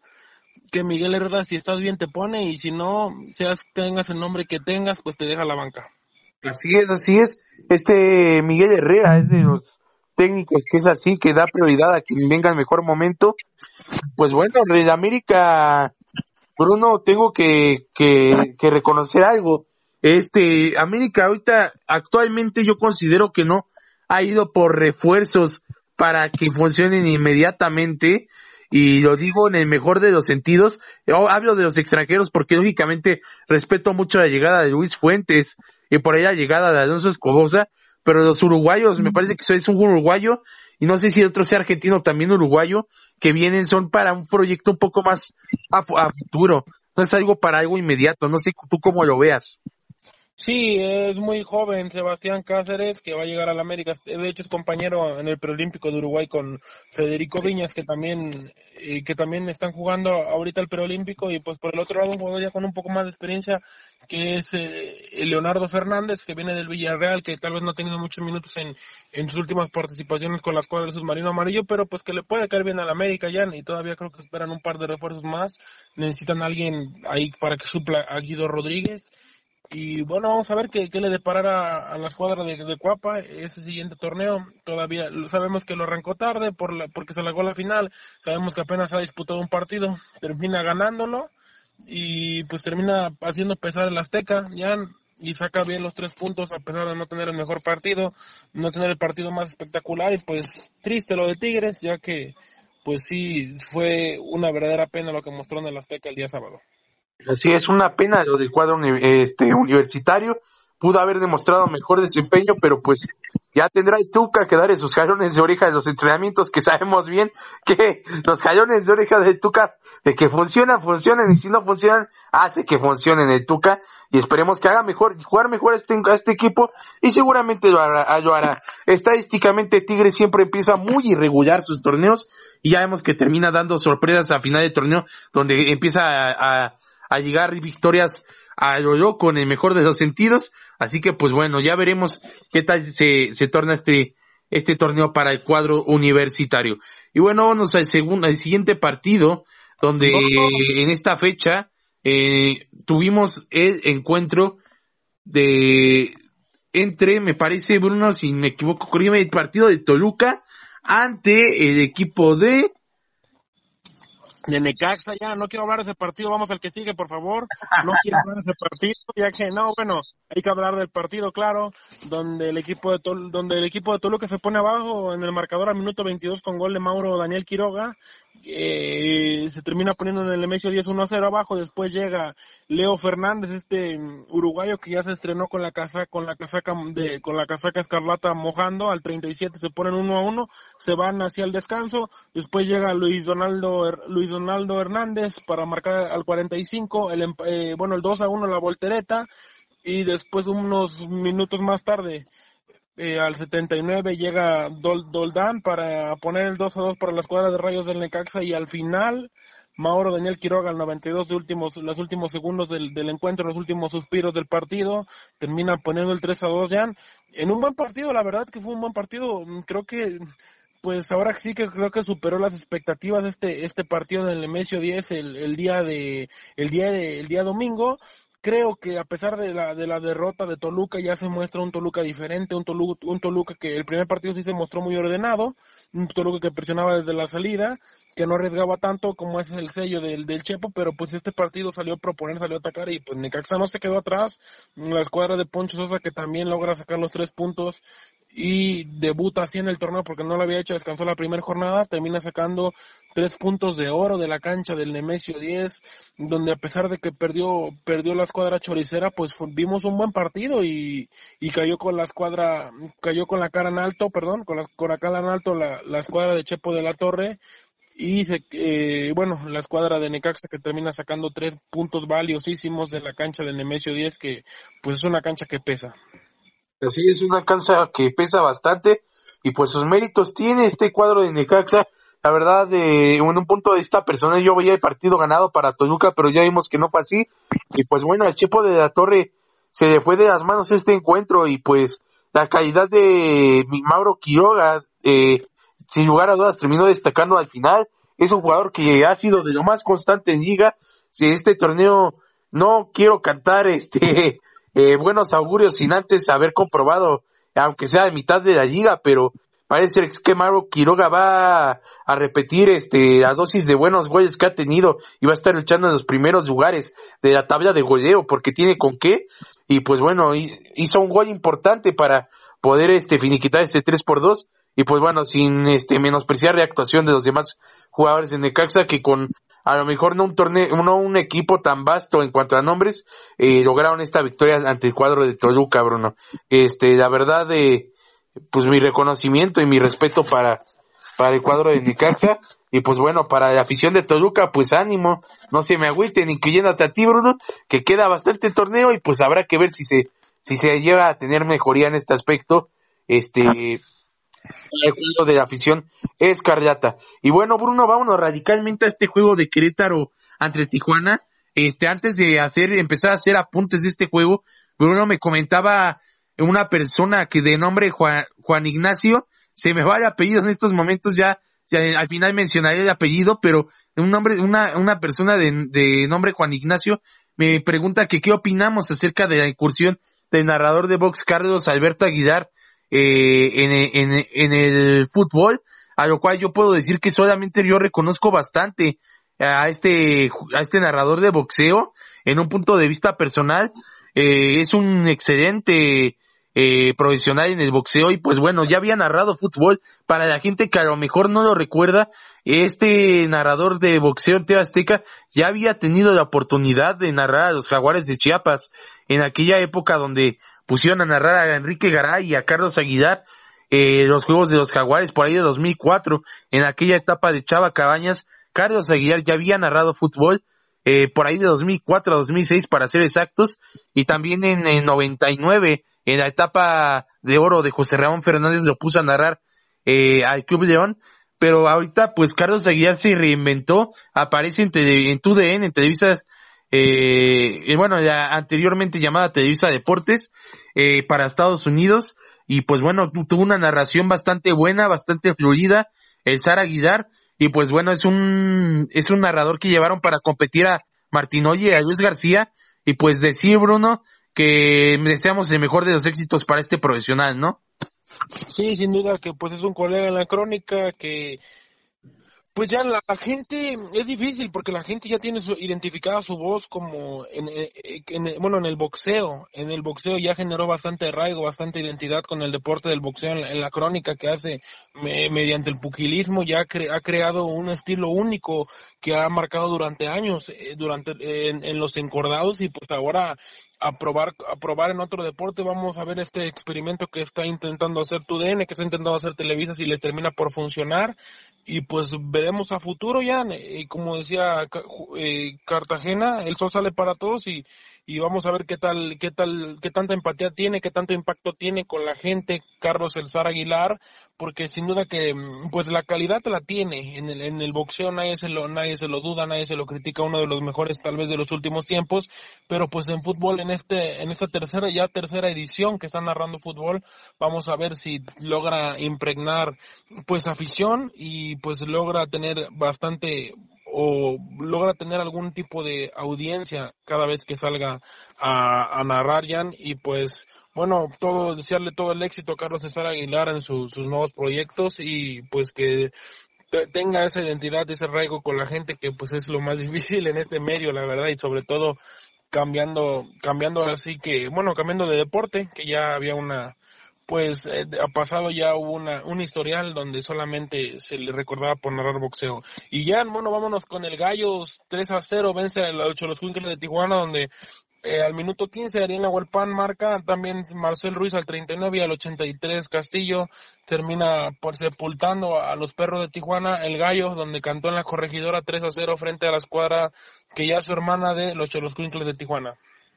si estás bien te pone, y si no, tengas el nombre que tengas, pues te deja la banca. Así es, así es. Miguel Herrera es de los técnicos que es así, que da prioridad a quien venga el mejor momento. Pues bueno, de América, Bruno, tengo que reconocer algo. América ahorita, actualmente yo considero que no ha ido por refuerzos para que funcionen inmediatamente, y lo digo en el mejor de los sentidos. Yo hablo de los extranjeros porque lógicamente respeto mucho la llegada de Luis Fuentes y por ahí la llegada de Alonso Escobosa, pero los uruguayos, me parece que es un uruguayo, y no sé si otro sea argentino, también uruguayo, que vienen, son para un proyecto un poco más a futuro. No es algo para algo inmediato, no sé tú cómo lo veas. Sí, es muy joven Sebastián Cáceres, que va a llegar a la América. De hecho, es compañero en el preolímpico de Uruguay con Federico Viñas, que también están jugando ahorita el preolímpico. Y pues por el otro lado, un jugador ya con un poco más de experiencia, que es Leonardo Fernández, que viene del Villarreal, que tal vez no ha tenido muchos minutos en sus últimas participaciones con la escuadra del submarino amarillo, pero pues que le puede caer bien a la América ya. Y todavía creo que esperan un par de refuerzos más. Necesitan a alguien ahí para que supla a Guido Rodríguez. Y bueno, vamos a ver qué le deparará a la escuadra de Cuapa ese siguiente torneo. Todavía sabemos que lo arrancó tarde porque se alargó la final. Sabemos que apenas ha disputado un partido, termina ganándolo, y pues termina haciendo pesar el Azteca ya, y saca bien los 3 puntos a pesar de no tener el mejor partido, no tener el partido más espectacular. Y pues triste lo de Tigres, ya que pues sí fue una verdadera pena lo que mostró en el Azteca el día sábado. Así es, una pena lo del cuadro universitario. Pudo haber demostrado mejor desempeño, pero pues ya tendrá el Tuca que darle sus jalones de oreja de los entrenamientos, que sabemos bien que los jalones de oreja del Tuca, de que funcionan, y si no funcionan, hace que funcionen el Tuca, y esperemos que haga mejor, jugar mejor a este equipo, y seguramente lo hará. Estadísticamente Tigres siempre empieza muy irregular sus torneos, y ya vemos que termina dando sorpresas a final de torneo, donde empieza a llegar victorias a lo loco en el mejor de los sentidos. Así que pues bueno, ya veremos qué tal se torna este torneo para el cuadro universitario. Y bueno, vamos al siguiente partido, donde en esta fecha tuvimos el encuentro entre, me parece, Bruno, si me equivoco, corrígeme, el partido de Toluca ante el equipo de Necaxa. Ya no quiero hablar de ese partido, vamos al que sigue, por favor. No quiero hablar de ese partido, ya que no, bueno, hay que hablar del partido, claro, donde el equipo de Toluca se pone abajo en el marcador al minuto 22 con gol de Mauro Daniel Quiroga. Se termina poniendo en el Nemesio 10 1-0 abajo. Después llega Leo Fernández, uruguayo que ya se estrenó con la casaca escarlata mojando. Al 37 se ponen 1-1, se van hacia el descanso. Después llega Luis Donaldo Hernández para marcar al 45 el 2-1, la voltereta. Y después, unos minutos más tarde, al 79 llega Doldán para poner el 2-2 para la escuadra de Rayos del Necaxa, y al final Mauro Daniel Quiroga al 92 los últimos segundos del encuentro, los últimos suspiros del partido, termina poniendo el 3-2 ya en un buen partido. La verdad que fue un buen partido. Creo que pues ahora sí que creo que superó las expectativas este partido del Nemesio 10 el día domingo. Creo que a pesar de la derrota de Toluca, ya se muestra un Toluca diferente, un Toluca que el primer partido sí se mostró muy ordenado, un Toluca que presionaba desde la salida, que no arriesgaba tanto como es el sello del Chepo, pero pues este partido salió a proponer, salió a atacar, y pues Necaxa no se quedó atrás. La escuadra de Poncho Sosa, que también logra sacar los 3 puntos y debuta así en el torneo porque no lo había hecho, descansó la primera jornada, termina sacando 3 puntos de oro de la cancha del Nemesio 10, donde a pesar de que perdió la escuadra choricera, pues vimos un buen partido y cayó con la cara en alto, con la cara en alto la escuadra de Chepo de la Torre, y la escuadra de Necaxa, que termina sacando 3 puntos valiosísimos de la cancha del Nemesio 10, que pues es una cancha que pesa. Así es, una cancha que pesa bastante, y pues sus méritos tiene este cuadro de Necaxa. La verdad, en un punto de vista personal, yo veía el partido ganado para Toluca, pero ya vimos que no fue así, y pues bueno, al Chepo de la Torre se le fue de las manos este encuentro, y pues la calidad de Mauro Quiroga, sin lugar a dudas, terminó destacando al final. Es un jugador que ha sido de lo más constante en liga. Este torneo, no quiero cantar buenos augurios sin antes haber comprobado, aunque sea de mitad de la liga, pero parece que Mauro Quiroga va a repetir la dosis de buenos goles que ha tenido, y va a estar luchando en los primeros lugares de la tabla de goleo, porque tiene con qué. Y pues bueno, hizo un gol importante para poder finiquitar 3-2, y pues bueno, sin menospreciar la actuación de los demás jugadores de Necaxa, que con a lo mejor no un equipo tan vasto en cuanto a nombres, lograron esta victoria ante el cuadro de Toluca, Bruno. La verdad, pues mi reconocimiento y mi respeto para el cuadro de Necaxa, y pues bueno, para la afición de Toluca, pues ánimo, no se me agüiten, incluyéndote a ti, Bruno, que queda bastante torneo, y pues habrá que ver si se lleva a tener mejoría en este aspecto, el juego de la afición escarlata. Y bueno, Bruno, vámonos radicalmente a este juego de Querétaro ante Tijuana. Antes de empezar a hacer apuntes de este juego, Bruno, me comentaba una persona que de nombre Juan Ignacio, se me va el apellido en estos momentos, ya al final mencionaré el apellido, pero una persona de nombre Juan Ignacio me pregunta que qué opinamos acerca de la incursión del narrador de box Carlos Alberto Aguilar en el fútbol, a lo cual yo puedo decir que solamente yo reconozco bastante a este narrador de boxeo en un punto de vista personal. Es un excelente profesional en el boxeo, y pues bueno, ya había narrado fútbol. Para la gente que a lo mejor no lo recuerda, este narrador de boxeo en TV Azteca ya había tenido la oportunidad de narrar a los Jaguares de Chiapas en aquella época donde pusieron a narrar a Enrique Garay y a Carlos Aguilar, los juegos de los Jaguares por ahí de 2004, en aquella etapa de Chava Cabañas, Carlos Aguilar ya había narrado fútbol, por ahí de 2004 a 2006 para ser exactos, y también en el 99, en la etapa de oro de José Ramón Fernández, lo puso a narrar al Club León. Pero ahorita pues Carlos Aguilar se reinventó, aparece en TUDN, en Televisa, bueno, ya anteriormente llamada Televisa Deportes, para Estados Unidos, y pues bueno, tuvo una narración bastante buena, bastante fluida, el Sara Aguilar, y pues bueno, es un narrador que llevaron para competir a Martinolle y a Luis García, y pues decir, Bruno, que deseamos el mejor de los éxitos para este profesional, ¿no? Sí, sin duda que pues es un colega en la crónica que pues ya la gente es difícil porque la gente ya tiene identificada su voz como bueno, en el boxeo ya generó bastante arraigo, bastante identidad con el deporte del boxeo en la crónica que hace mediante el pugilismo, ya ha creado un estilo único que ha marcado durante años en los encordados, y pues ahora a probar en otro deporte. Vamos a ver este experimento que está intentando hacer TUDN, que está intentando hacer Televisa, si les termina por funcionar, y pues veremos a futuro ya, como decía Cartagena, el sol sale para todos, y vamos a ver qué tanta empatía tiene, qué tanto impacto tiene con la gente Carlos El Zar Aguilar, porque sin duda que pues la calidad la tiene en el boxeo, nadie se lo duda, nadie se lo critica, uno de los mejores tal vez de los últimos tiempos, pero pues en fútbol, en esta tercera edición que está narrando fútbol, vamos a ver si logra impregnar pues afición, y pues logra tener algún tipo de audiencia cada vez que salga a narrar, Jan, y pues bueno, desearle todo el éxito a Carlos César Aguilar en sus nuevos proyectos, y pues que tenga esa identidad, ese arraigo con la gente, que pues es lo más difícil en este medio, la verdad, y sobre todo cambiando así que, bueno, cambiando de deporte, que ya había pues ha pasado, ya hubo un historial donde solamente se le recordaba por narrar boxeo. Y ya, bueno, vámonos con el Gallos 3-0, vence a los Xoloscuincles de Tijuana, donde al minuto 15 Ariel Huelpan marca, también Marcel Ruiz al 39, y al 83 Castillo termina por sepultando a los Perros de Tijuana, el Gallo, donde cantó en la Corregidora 3-0 frente a la escuadra que ya es su hermana de los Xoloscuincles de Tijuana.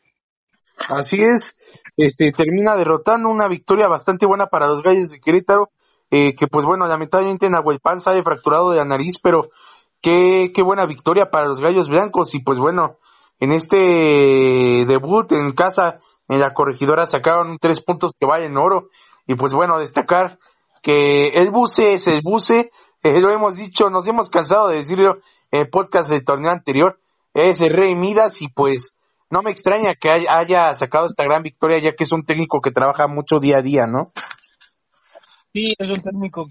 Así es, termina derrotando, una victoria bastante buena para los Gallos de Querétaro, que pues bueno, lamentablemente Nahuelpan sale fracturado de la nariz, pero qué buena victoria para los Gallos Blancos, y pues bueno, en este debut en casa, en la Corregidora, sacaron 3 puntos que valen oro, y pues bueno, destacar que el buce es el buce, lo hemos dicho, nos hemos cansado de decirlo en el podcast del torneo anterior, es el Rey Midas, y pues no me extraña que haya sacado esta gran victoria, ya que es un técnico que trabaja mucho día a día, ¿no? Sí, es un técnico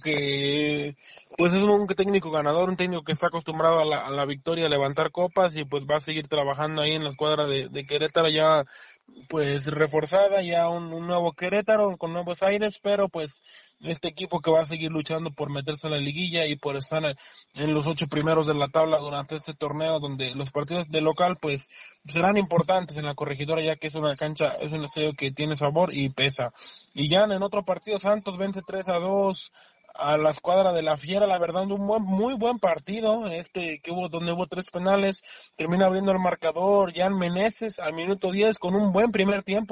pues es un técnico ganador, un técnico que está acostumbrado a la victoria, a levantar copas, y pues va a seguir trabajando ahí en la escuadra de Querétaro, ya pues reforzada, ya un nuevo Querétaro con nuevos aires, pero pues este equipo que va a seguir luchando por meterse en la liguilla y por estar en los 8 primeros de la tabla durante este torneo, donde los partidos de local pues serán importantes en la Corregidora, ya que es una cancha, es un estadio que tiene sabor y pesa. Y ya en otro partido, Santos vence 3-2 a la escuadra de la Fiera, la verdad, muy buen partido, donde hubo 3 penales, termina abriendo el marcador Jan Meneses al minuto 10 con un buen primer tiempo,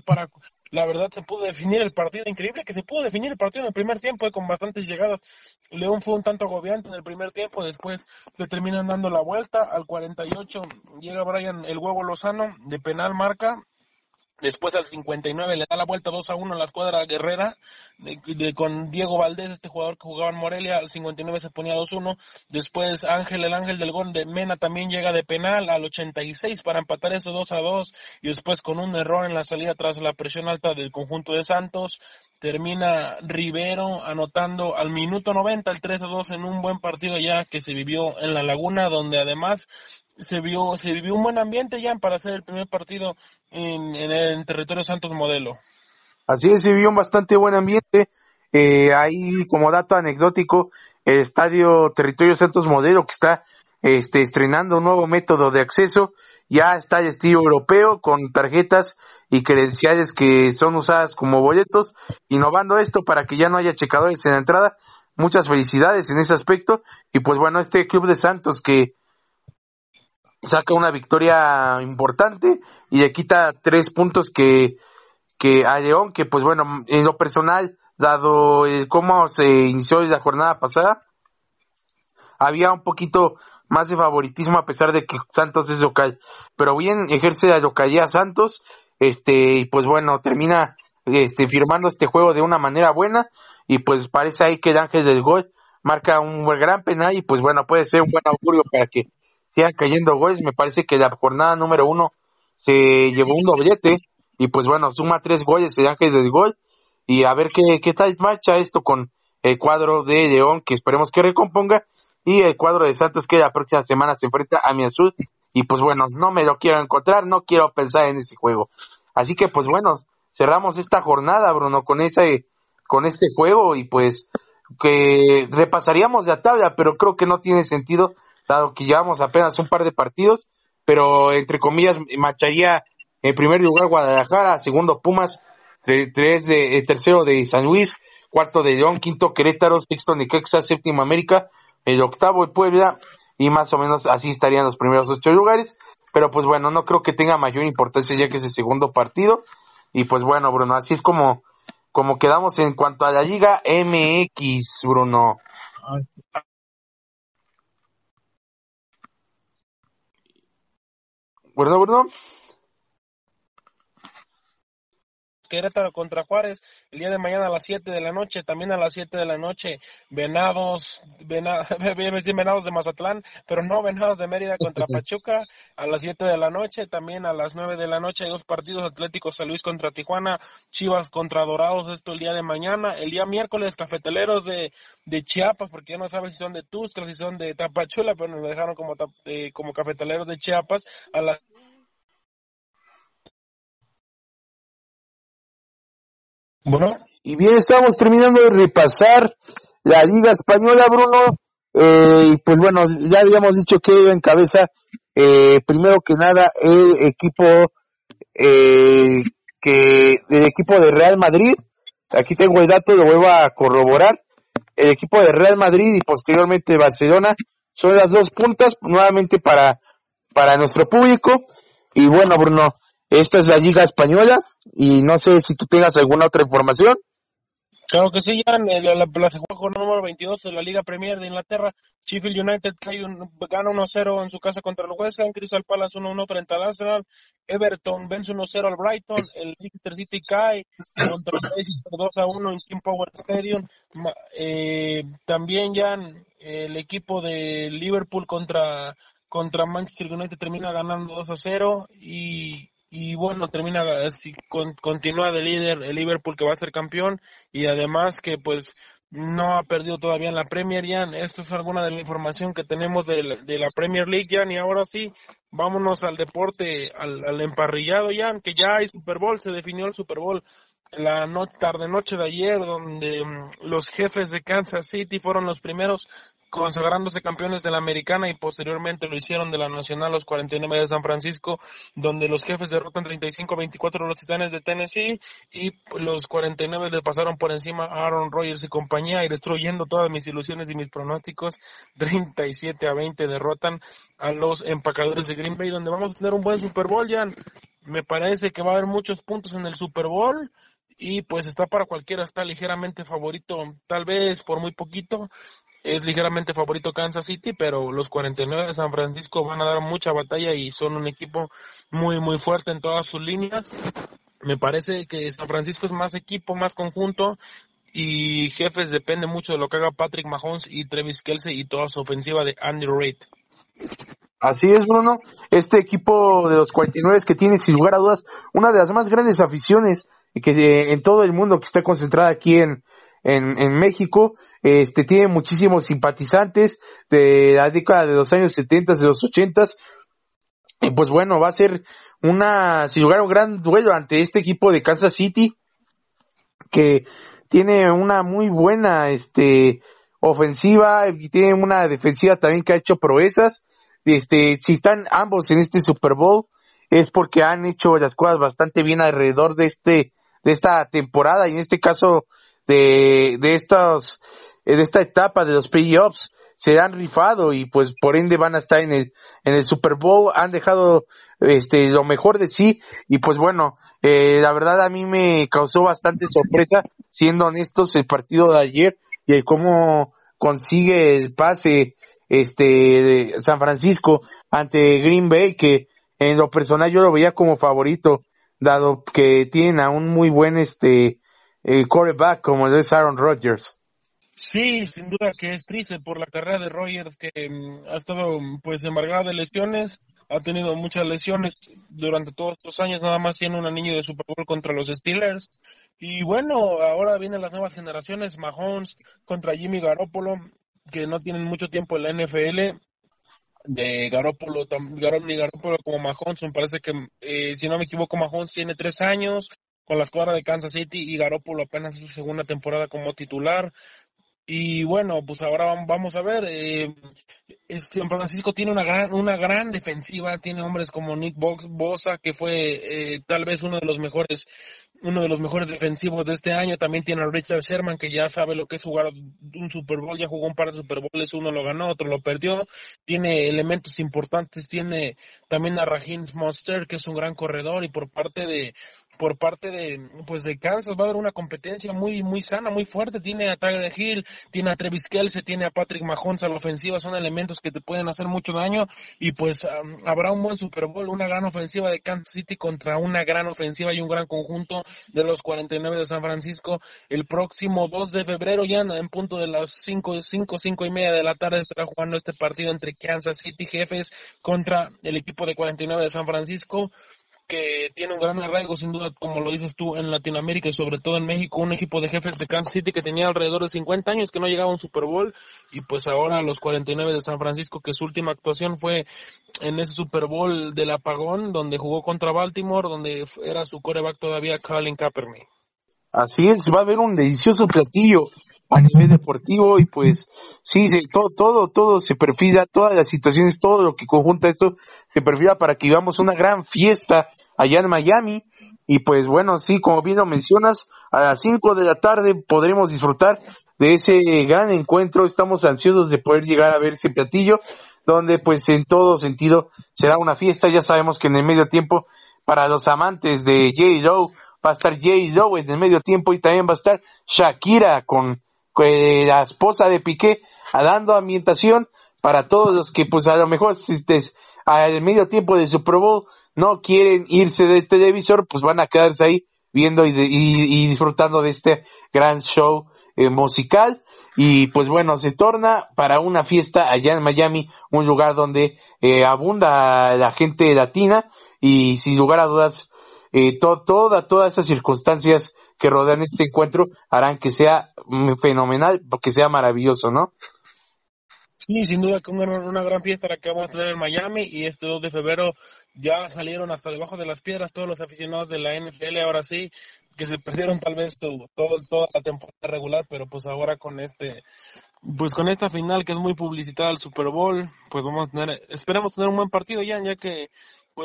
la verdad se pudo definir el partido, increíble que se pudo definir el partido en el primer tiempo, con bastantes llegadas. León fue un tanto agobiante en el primer tiempo, después le terminan dando la vuelta, al 48 llega Brian el Huevo Lozano, de penal marca. Después al 59 le da la vuelta 2-1 a la escuadra guerrera con Diego Valdés, este jugador que jugaba en Morelia. Al 59 se ponía 2-1. Después el ángel del gol de Mena, también llega de penal al 86 para empatar eso 2-2. Y después, con un error en la salida tras la presión alta del conjunto de Santos, termina Rivero anotando al minuto 90 el 3-2 en un buen partido ya que se vivió en La Laguna, donde además se vivió un buen ambiente ya para hacer el primer partido en territorio Santos Modelo. Así es, se vio un bastante buen ambiente. Ahí, como dato anecdótico, el estadio Territorio Santos Modelo, que está estrenando un nuevo método de acceso. Ya está el estilo europeo con tarjetas y credenciales que son usadas como boletos, innovando esto para que ya no haya checadores en la entrada. Muchas felicidades en ese aspecto. Y pues bueno, este Club de Santos que saca una victoria importante y le quita 3 puntos que a León, que pues bueno, en lo personal, dado el cómo se inició la jornada pasada, había un poquito más de favoritismo a pesar de que Santos es local, pero bien ejerce la localidad Santos, y pues bueno, termina firmando este juego de una manera buena, y pues parece ahí que el ángel del gol marca un gran penal, y pues bueno, puede ser un buen augurio para que sigan cayendo goles. Me parece que la jornada número 1 se llevó un doblete, y pues bueno, suma 3 goles el ángel del gol, y a ver qué tal marcha esto con el cuadro de León, que esperemos que recomponga, y el cuadro de Santos que la próxima semana se enfrenta a Mi Azul, y pues bueno, no me lo quiero encontrar, no quiero pensar en ese juego. Así que pues bueno, cerramos esta jornada, Bruno, con este juego, y pues que repasaríamos la tabla, pero creo que no tiene sentido, dado que llevamos apenas un par de partidos, pero entre comillas marcharía en primer lugar Guadalajara, segundo Pumas, tercero de San Luis, cuarto de León, quinto Querétaro, sexto Necaxa, séptimo América, el octavo el Puebla, y más o menos así estarían los primeros 8 lugares. Pero pues bueno, no creo que tenga mayor importancia ya que es el segundo partido. Y pues bueno, Bruno, así es como quedamos en cuanto a la Liga MX, Bruno. Bruno. Querétaro contra Juárez, el día de mañana a las 7 de la noche, también a las 7 de la noche, Venados de Mazatlán, pero no Venados de Mérida contra Pachuca, a las 7 de la noche, también a las 9 de la noche hay 2 partidos, Atlético San Luis contra Tijuana, Chivas contra Dorados, esto el día de mañana, el día miércoles, Cafetaleros de Chiapas, porque ya no sabes si son de Tuxtla, si son de Tapachula, pero nos dejaron como Cafetaleros de Chiapas, a las bueno. Y bien, estamos terminando de repasar la Liga Española, Bruno. Y pues bueno, ya habíamos dicho que encabeza, primero que nada, el equipo de Real Madrid. Aquí tengo el dato, lo vuelvo a corroborar. El equipo de Real Madrid y posteriormente Barcelona son las 2 puntas nuevamente para nuestro público. Y bueno, Bruno, esta es la Liga Española y no sé si tú tengas alguna otra información. Claro que sí, Jan, la jornada número 22 de la Liga Premier de Inglaterra, Sheffield United gana 1-0 en su casa contra el West Ham, Crystal Palace 1-1 frente al Arsenal, Everton vence 1-0 al Brighton, el Leicester City cae contra el Leicester 2-1 en King Power Stadium, también, Jan, el equipo de Liverpool contra Manchester United termina ganando 2-0 y bueno, continúa de líder el Liverpool, que va a ser campeón, y además que pues no ha perdido todavía en la Premier, Jan. Esto es alguna de la información que tenemos de la Premier League, Jan, y ahora sí, vámonos al deporte, al emparrillado, Jan, que ya hay Super Bowl, se definió el Super Bowl la tarde-noche de ayer, donde los Jefes de Kansas City fueron los primeros consagrándose campeones de la Americana, y posteriormente lo hicieron de la Nacional los 49 de San Francisco, donde los Jefes derrotan 35-24 a los Titanes de Tennessee, y los 49 le pasaron por encima a Aaron Rodgers y compañía, y destruyendo todas mis ilusiones y mis pronósticos. 37-20 derrotan a los Empacadores de Green Bay, donde vamos a tener un buen Super Bowl, Jan. Me parece que va a haber muchos puntos en el Super Bowl, y pues está para cualquiera, está ligeramente favorito, tal vez por muy poquito, es ligeramente favorito Kansas City, pero los 49 de San Francisco van a dar mucha batalla y son un equipo muy muy fuerte en todas sus líneas. Me parece que San Francisco es más equipo, más conjunto, y Jefes depende mucho de lo que haga Patrick Mahomes y Travis Kelce y toda su ofensiva de Andy Reid. Así es, Bruno. Este equipo de los 49 que tiene sin lugar a dudas una de las más grandes aficiones en todo el mundo, que está concentrada aquí en México. Tiene muchísimos simpatizantes de la década de los años 70, de los 80. Y pues bueno, va a ser sin lugar a un gran duelo ante este equipo de Kansas City, que tiene una muy buena ofensiva y tiene una defensiva también que ha hecho proezas. si están ambos en este Super Bowl, es porque han hecho las cosas bastante bien alrededor de esta temporada, y en este caso de esta etapa de los playoffs se han rifado, y pues por ende van a estar en el Super Bowl. Han dejado lo mejor de sí, y pues bueno, la verdad a mí me causó bastante sorpresa, siendo honestos, el partido de ayer y el cómo consigue el pase de San Francisco ante Green Bay, que en lo personal yo lo veía como favorito, dado que tienen a un muy buen quarterback como lo es Aaron Rodgers. Sí, sin duda que es triste por la carrera de Rogers, que ha estado pues embargada de lesiones, ha tenido muchas lesiones durante todos estos años, nada más siendo un anillo de Super Bowl contra los Steelers. Y bueno, ahora vienen las nuevas generaciones, Mahomes contra Jimmy Garoppolo, que no tienen mucho tiempo en la NFL. De Garoppolo, ni Garoppolo como Mahomes, me parece que, si no me equivoco, Mahomes tiene 3 años con la escuadra de Kansas City y Garoppolo apenas su segunda temporada como titular. Y bueno, pues ahora vamos a ver. San Francisco tiene una gran defensiva, tiene hombres como Nick Bosa, que fue tal vez uno de los mejores defensivos de este año. También tiene a Richard Sherman, que ya sabe lo que es jugar un Super Bowl, ya jugó un par de Super Bowls, uno lo ganó, otro lo perdió. Tiene elementos importantes, tiene también a Raheem Mostert, que es un gran corredor, y por parte de Kansas va a haber una competencia muy muy sana, muy fuerte. Tiene a Tyler Hill, tiene a Travis Kelce, tiene a Patrick Mahomes a la ofensiva, son elementos que te pueden hacer mucho daño, y pues habrá un buen Super Bowl, una gran ofensiva de Kansas City contra una gran ofensiva y un gran conjunto de los 49 de San Francisco. El próximo 2 de febrero, ya en punto de las 5:30 de la tarde, estará jugando este partido entre Kansas City Jefes contra el equipo de 49 de San Francisco, que tiene un gran arraigo, sin duda, como lo dices tú, en Latinoamérica y sobre todo en México. Un equipo de Jefes de Kansas City que tenía alrededor de 50 años que no llegaba a un Super Bowl, y pues ahora los 49 de San Francisco, que su última actuación fue en ese Super Bowl del apagón, donde jugó contra Baltimore, donde era su quarterback todavía Colin Kaepernick. Así es, va a haber un delicioso platillo a nivel deportivo, y pues sí, todo se perfila, todas las situaciones, todo lo que conjunta esto se perfila para que vivamos una gran fiesta allá en Miami. Y pues bueno, sí, como bien lo mencionas, a las 5 de la tarde podremos disfrutar de ese gran encuentro. Estamos ansiosos de poder llegar a ver ese platillo, donde pues en todo sentido será una fiesta. Ya sabemos que en el medio tiempo, para los amantes de J-Lo, va a estar J-Lo en el medio tiempo, y también va a estar Shakira con la esposa de Piqué, dando ambientación para todos los que pues a lo mejor al medio tiempo de Super Bowl no quieren irse del televisor, pues van a quedarse ahí viendo y disfrutando de este gran show musical. Y pues bueno, se torna para una fiesta allá en Miami, un lugar donde abunda la gente latina, y sin lugar a dudas todas esas circunstancias que rodean este encuentro harán que sea fenomenal, que sea maravilloso, ¿no? Sí, sin duda que una gran fiesta la que vamos a tener en Miami, y este 2 de febrero ya salieron hasta debajo de las piedras todos los aficionados de la NFL, ahora sí, que se perdieron tal vez toda la temporada regular, pero pues ahora pues con esta final que es muy publicitada, el Super Bowl, pues esperamos tener un buen partido ya que pues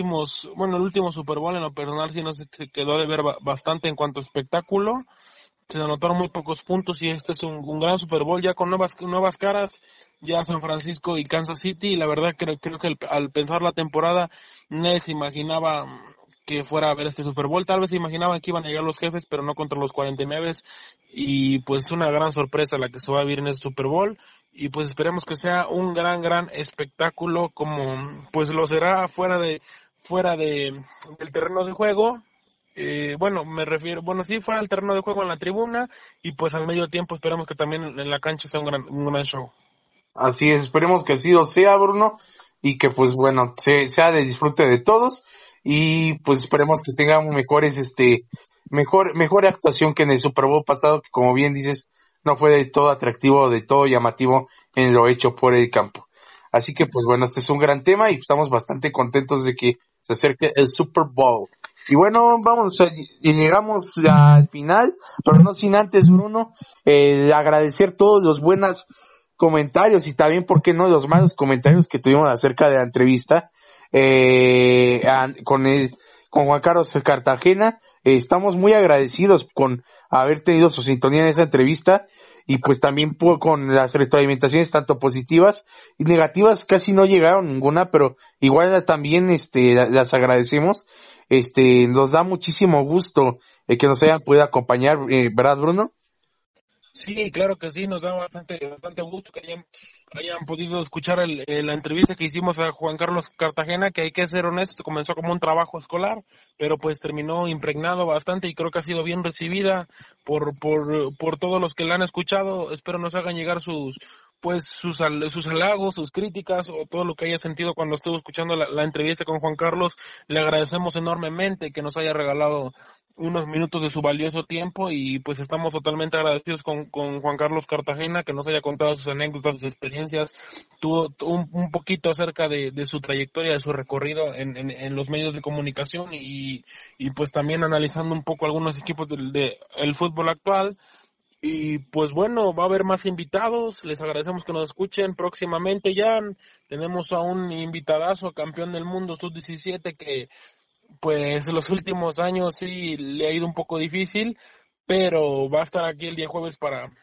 el último Super Bowl en lo personal sí nos quedó de ver bastante en cuanto a espectáculo. Se anotaron muy pocos puntos, y este es un gran Super Bowl ya con nuevas caras, ya San Francisco y Kansas City. Y la verdad creo que al pensar la temporada nadie se imaginaba que fuera a ver este Super Bowl. Tal vez se imaginaban que iban a llegar los Jefes, pero no contra los 49, y pues es una gran sorpresa la que se va a vivir en este Super Bowl, y pues esperemos que sea un gran espectáculo, como pues lo será del terreno de juego. Sí, fue al terreno de juego en la tribuna, y pues al medio tiempo esperamos que también en la cancha sea un gran show. Así es, esperemos que así lo sea, Bruno, y que pues bueno, sea de disfrute de todos, y pues esperemos que tengamos mejor actuación que en el Super Bowl pasado, que como bien dices, no fue de todo atractivo, de todo llamativo en lo hecho por el campo. Así que pues bueno, este es un gran tema, y estamos bastante contentos de que se acerque el Super Bowl. Y bueno, y llegamos al final, pero no sin antes, Bruno, agradecer todos los comentarios y también, ¿por qué no?, los malos comentarios que tuvimos acerca de la entrevista con con Juan Carlos Cartagena. Estamos muy agradecidos con haber tenido su sintonía en esa entrevista y pues también con las retroalimentaciones tanto positivas y negativas casi no llegaron ninguna, pero igual también las agradecemos. Nos da muchísimo gusto que nos hayan podido acompañar, ¿verdad, Bruno? Sí, claro que sí, nos da bastante gusto que hayan podido escuchar la entrevista que hicimos a Juan Carlos Cartagena, que hay que ser honesto, comenzó como un trabajo escolar, pero pues terminó impregnado bastante y creo que ha sido bien recibida por todos los que la han escuchado. Espero nos hagan llegar sus halagos, sus críticas o todo lo que haya sentido cuando estuvo escuchando la entrevista con Juan Carlos. Le agradecemos enormemente que nos haya regalado unos minutos de su valioso tiempo y pues estamos totalmente agradecidos con Juan Carlos Cartagena, que nos haya contado sus anécdotas, sus experiencias, tuvo un poquito acerca de su trayectoria, de su recorrido en los medios de comunicación y pues también analizando un poco algunos equipos el fútbol actual. Y pues bueno, va a haber más invitados, les agradecemos que nos escuchen próximamente ya. Tenemos a un invitadazo, campeón del mundo sub-17, que pues los últimos años sí le ha ido un poco difícil, pero va a estar aquí el día jueves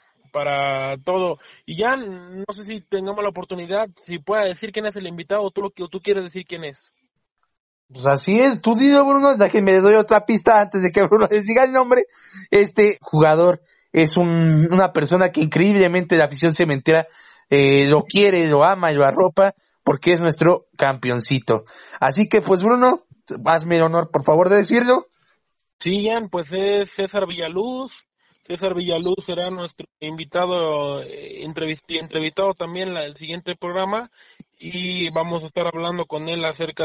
para todo. Y ya no sé si tengamos la oportunidad, si pueda decir quién es el invitado, o tú quieres decir quién es. Pues así es, tú dilo, Bruno, déjenme le doy otra pista antes de que Bruno les diga el nombre. Este jugador es una persona que increíblemente la afición cementera lo quiere, lo ama y lo arropa porque es nuestro campeoncito. Así que pues Bruno, hazme el honor por favor de decirlo. Sí, Jan, pues es César Villaluz. César Villaluz será nuestro invitado, entrevistado también el siguiente programa y vamos a estar hablando con él acerca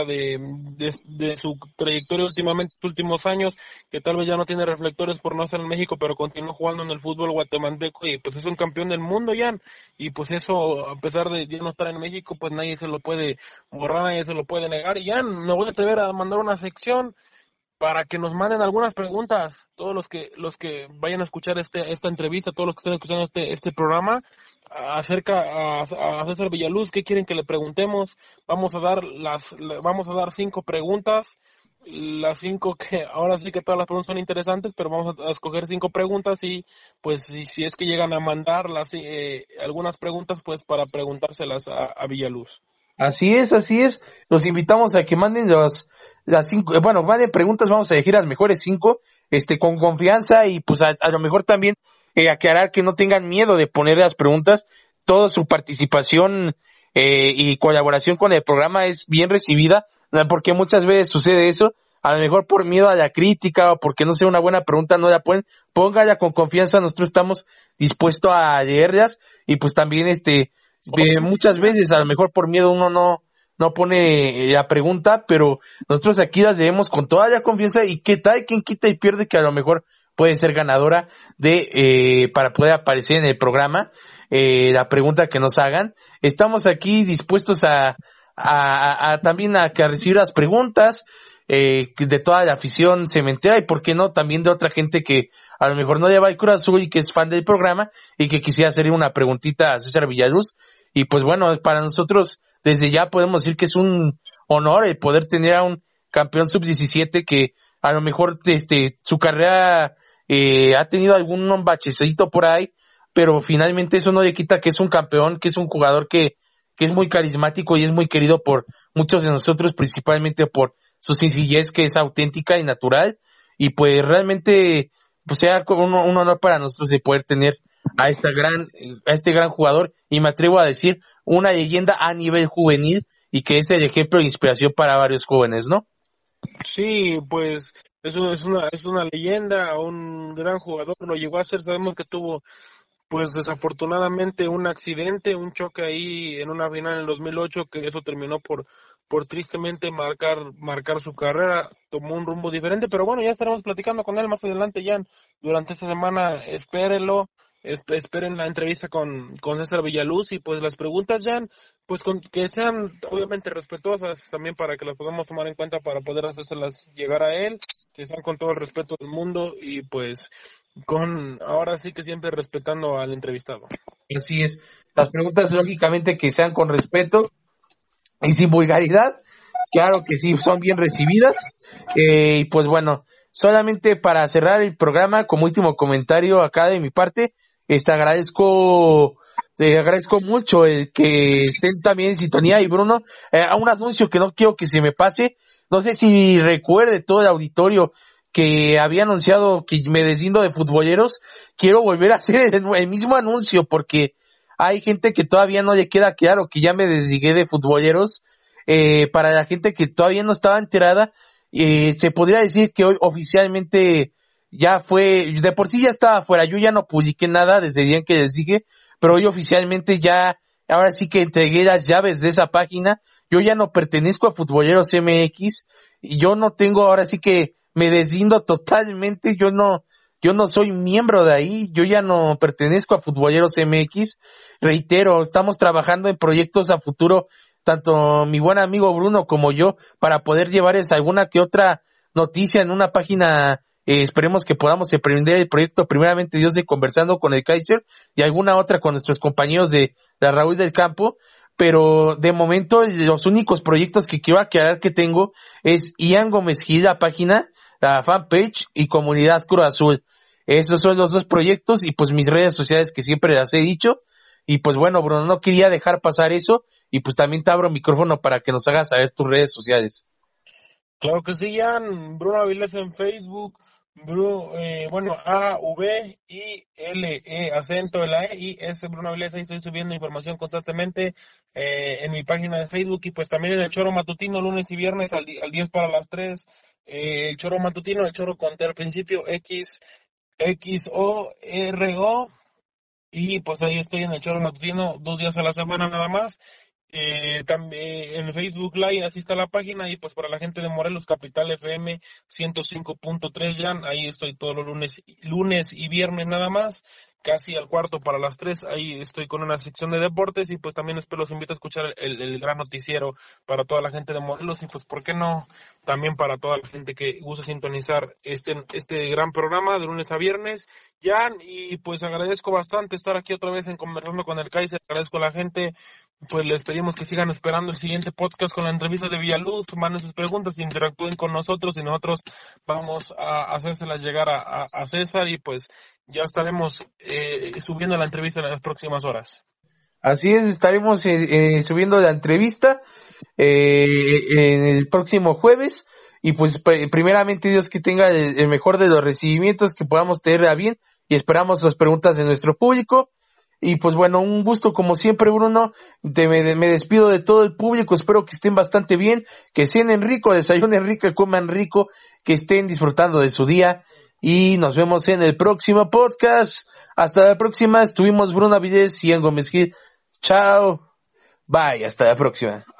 de su trayectoria últimamente, últimos años, que tal vez ya no tiene reflectores por no estar en México, pero continúa jugando en el fútbol guatemalteco y pues es un campeón del mundo, Jan, y pues eso, a pesar de ya no estar en México, pues nadie se lo puede borrar, nadie se lo puede negar. Y Jan, me voy a atrever a mandar una sección para que nos manden algunas preguntas, todos los que vayan a escuchar esta entrevista, todos los que estén escuchando este programa, acerca a César Villaluz, ¿qué quieren que le preguntemos? Vamos a dar 5 preguntas, las 5 que ahora sí que todas las preguntas son interesantes, pero vamos a escoger 5 preguntas y pues si es que llegan a mandar algunas preguntas, pues para preguntárselas a Villaluz. Así es, así es. Los invitamos a que manden las 5, bueno, manden preguntas, vamos a elegir las mejores 5, con confianza y pues a lo mejor también aclarar que no tengan miedo de poner las preguntas. Toda su participación y colaboración con el programa es bien recibida, porque muchas veces sucede eso. A lo mejor por miedo a la crítica o porque no sea una buena pregunta no la pueden, póngala con confianza, nosotros estamos dispuestos a leerlas y pues también muchas veces a lo mejor por miedo uno no pone la pregunta, pero nosotros aquí las leemos con toda la confianza y qué tal, quién quita y pierde que a lo mejor puede ser ganadora para poder aparecer en el programa, la pregunta que nos hagan. Estamos aquí dispuestos también a recibir las preguntas de toda la afición cementera y por qué no también de otra gente que a lo mejor no lleva el Cruz Azul y que es fan del programa y que quisiera hacerle una preguntita a César Villaluz. Y pues bueno, para nosotros desde ya podemos decir que es un honor el poder tener a un campeón sub-17 que a lo mejor su carrera ha tenido algún bachecito por ahí, pero finalmente eso no le quita que es un campeón, que es un jugador que es muy carismático y es muy querido por muchos de nosotros, principalmente por su sencillez que es auténtica y natural, y pues realmente pues sea un honor para nosotros de poder tener a este gran jugador, y me atrevo a decir una leyenda a nivel juvenil y que es el ejemplo de inspiración para varios jóvenes, ¿no? Sí, pues es una leyenda, un gran jugador, lo llegó a ser, sabemos que tuvo pues desafortunadamente un accidente, un choque ahí en una final en el 2008 que eso terminó por tristemente marcar su carrera, tomó un rumbo diferente, pero bueno, ya estaremos platicando con él más adelante, Jan, durante esta semana, espérenlo, esperen la entrevista con César Villaluz y pues las preguntas, Jan, pues que sean obviamente respetuosas también para que las podamos tomar en cuenta para poder hacérselas llegar a él, que sean con todo el respeto del mundo y pues ahora sí que siempre respetando al entrevistado. Así es. Las preguntas, lógicamente, que sean con respeto y sin vulgaridad, claro que sí, son bien recibidas. Y pues bueno, solamente para cerrar el programa, como último comentario acá de mi parte, te agradezco mucho el que estén también en sintonía. Y Bruno, a un anuncio que no quiero que se me pase, no sé si recuerde todo el auditorio que había anunciado que me deslindo de futboleros, quiero volver a hacer el mismo anuncio porque hay gente que todavía no le queda claro que ya me desligué de futboleros. Para la gente que todavía no estaba enterada, se podría decir que hoy oficialmente ya fue, de por sí ya estaba fuera, yo ya no publiqué nada desde el día en que les dije, pero hoy oficialmente ya, ahora sí que entregué las llaves de esa página, yo ya no pertenezco a Futboleros MX, y yo no tengo, ahora sí que me deslindo totalmente, yo no soy miembro de ahí, yo ya no pertenezco a Futboleros MX, reitero, estamos trabajando en proyectos a futuro, tanto mi buen amigo Bruno como yo, para poder llevarles alguna que otra noticia en una página. Esperemos que podamos emprender el proyecto, primeramente Dios, de Conversando con el Kaiser, y alguna otra con nuestros compañeros de la Raúl del Campo, pero de momento los únicos proyectos que quiero aclarar que tengo es Ian Gómez Gil, la página, la fanpage y Comunidad Cruz Azul. Esos son los dos proyectos y pues mis redes sociales que siempre las he dicho. Y pues bueno, Bruno, no quería dejar pasar eso y pues también te abro micrófono para que nos hagas saber tus redes sociales. Claro que sí, Jan. Bruno Avilés en Facebook. Bueno, A-V-I-L-E, acento de la E, y S, Bruno Avilés. Ahí estoy subiendo información constantemente en mi página de Facebook y pues también en el Choro Matutino, lunes y viernes al 10 para las 3. El Choro Matutino, el Choro conté al principio, XORO. Y pues ahí estoy en el Choro Matutino 2 días a la semana nada más. También en Facebook Live, así está la página. Y pues para la gente de Morelos, Capital FM 105.3, Jan, ahí estoy todos los lunes y viernes nada más, casi al cuarto para las 3. Ahí estoy con una sección de deportes y pues también los invito a escuchar el gran noticiero para toda la gente de Morelos y pues por qué no también para toda la gente que gusta sintonizar este gran programa de lunes a viernes, Jan. Y pues agradezco bastante estar aquí otra vez en Conversando con el Kaiser. Agradezco a la gente, pues les pedimos que sigan esperando el siguiente podcast con la entrevista de Villaluz, manden sus preguntas, interactúen con nosotros y nosotros vamos a hacérselas llegar a César y pues ya estaremos subiendo la entrevista en las próximas horas. Así es, estaremos subiendo la entrevista en el próximo jueves y pues primeramente Dios que tenga el mejor de los recibimientos que podamos tener a bien y esperamos las preguntas de nuestro público. Y pues bueno, un gusto como siempre, Bruno. Me despido de todo el público, espero que estén bastante bien, que cenen rico, desayunen rico, coman rico, que estén disfrutando de su día y nos vemos en el próximo podcast. Hasta la próxima, estuvimos Bruno Avilés y Ian Gómez Gil. Chao, bye, hasta la próxima.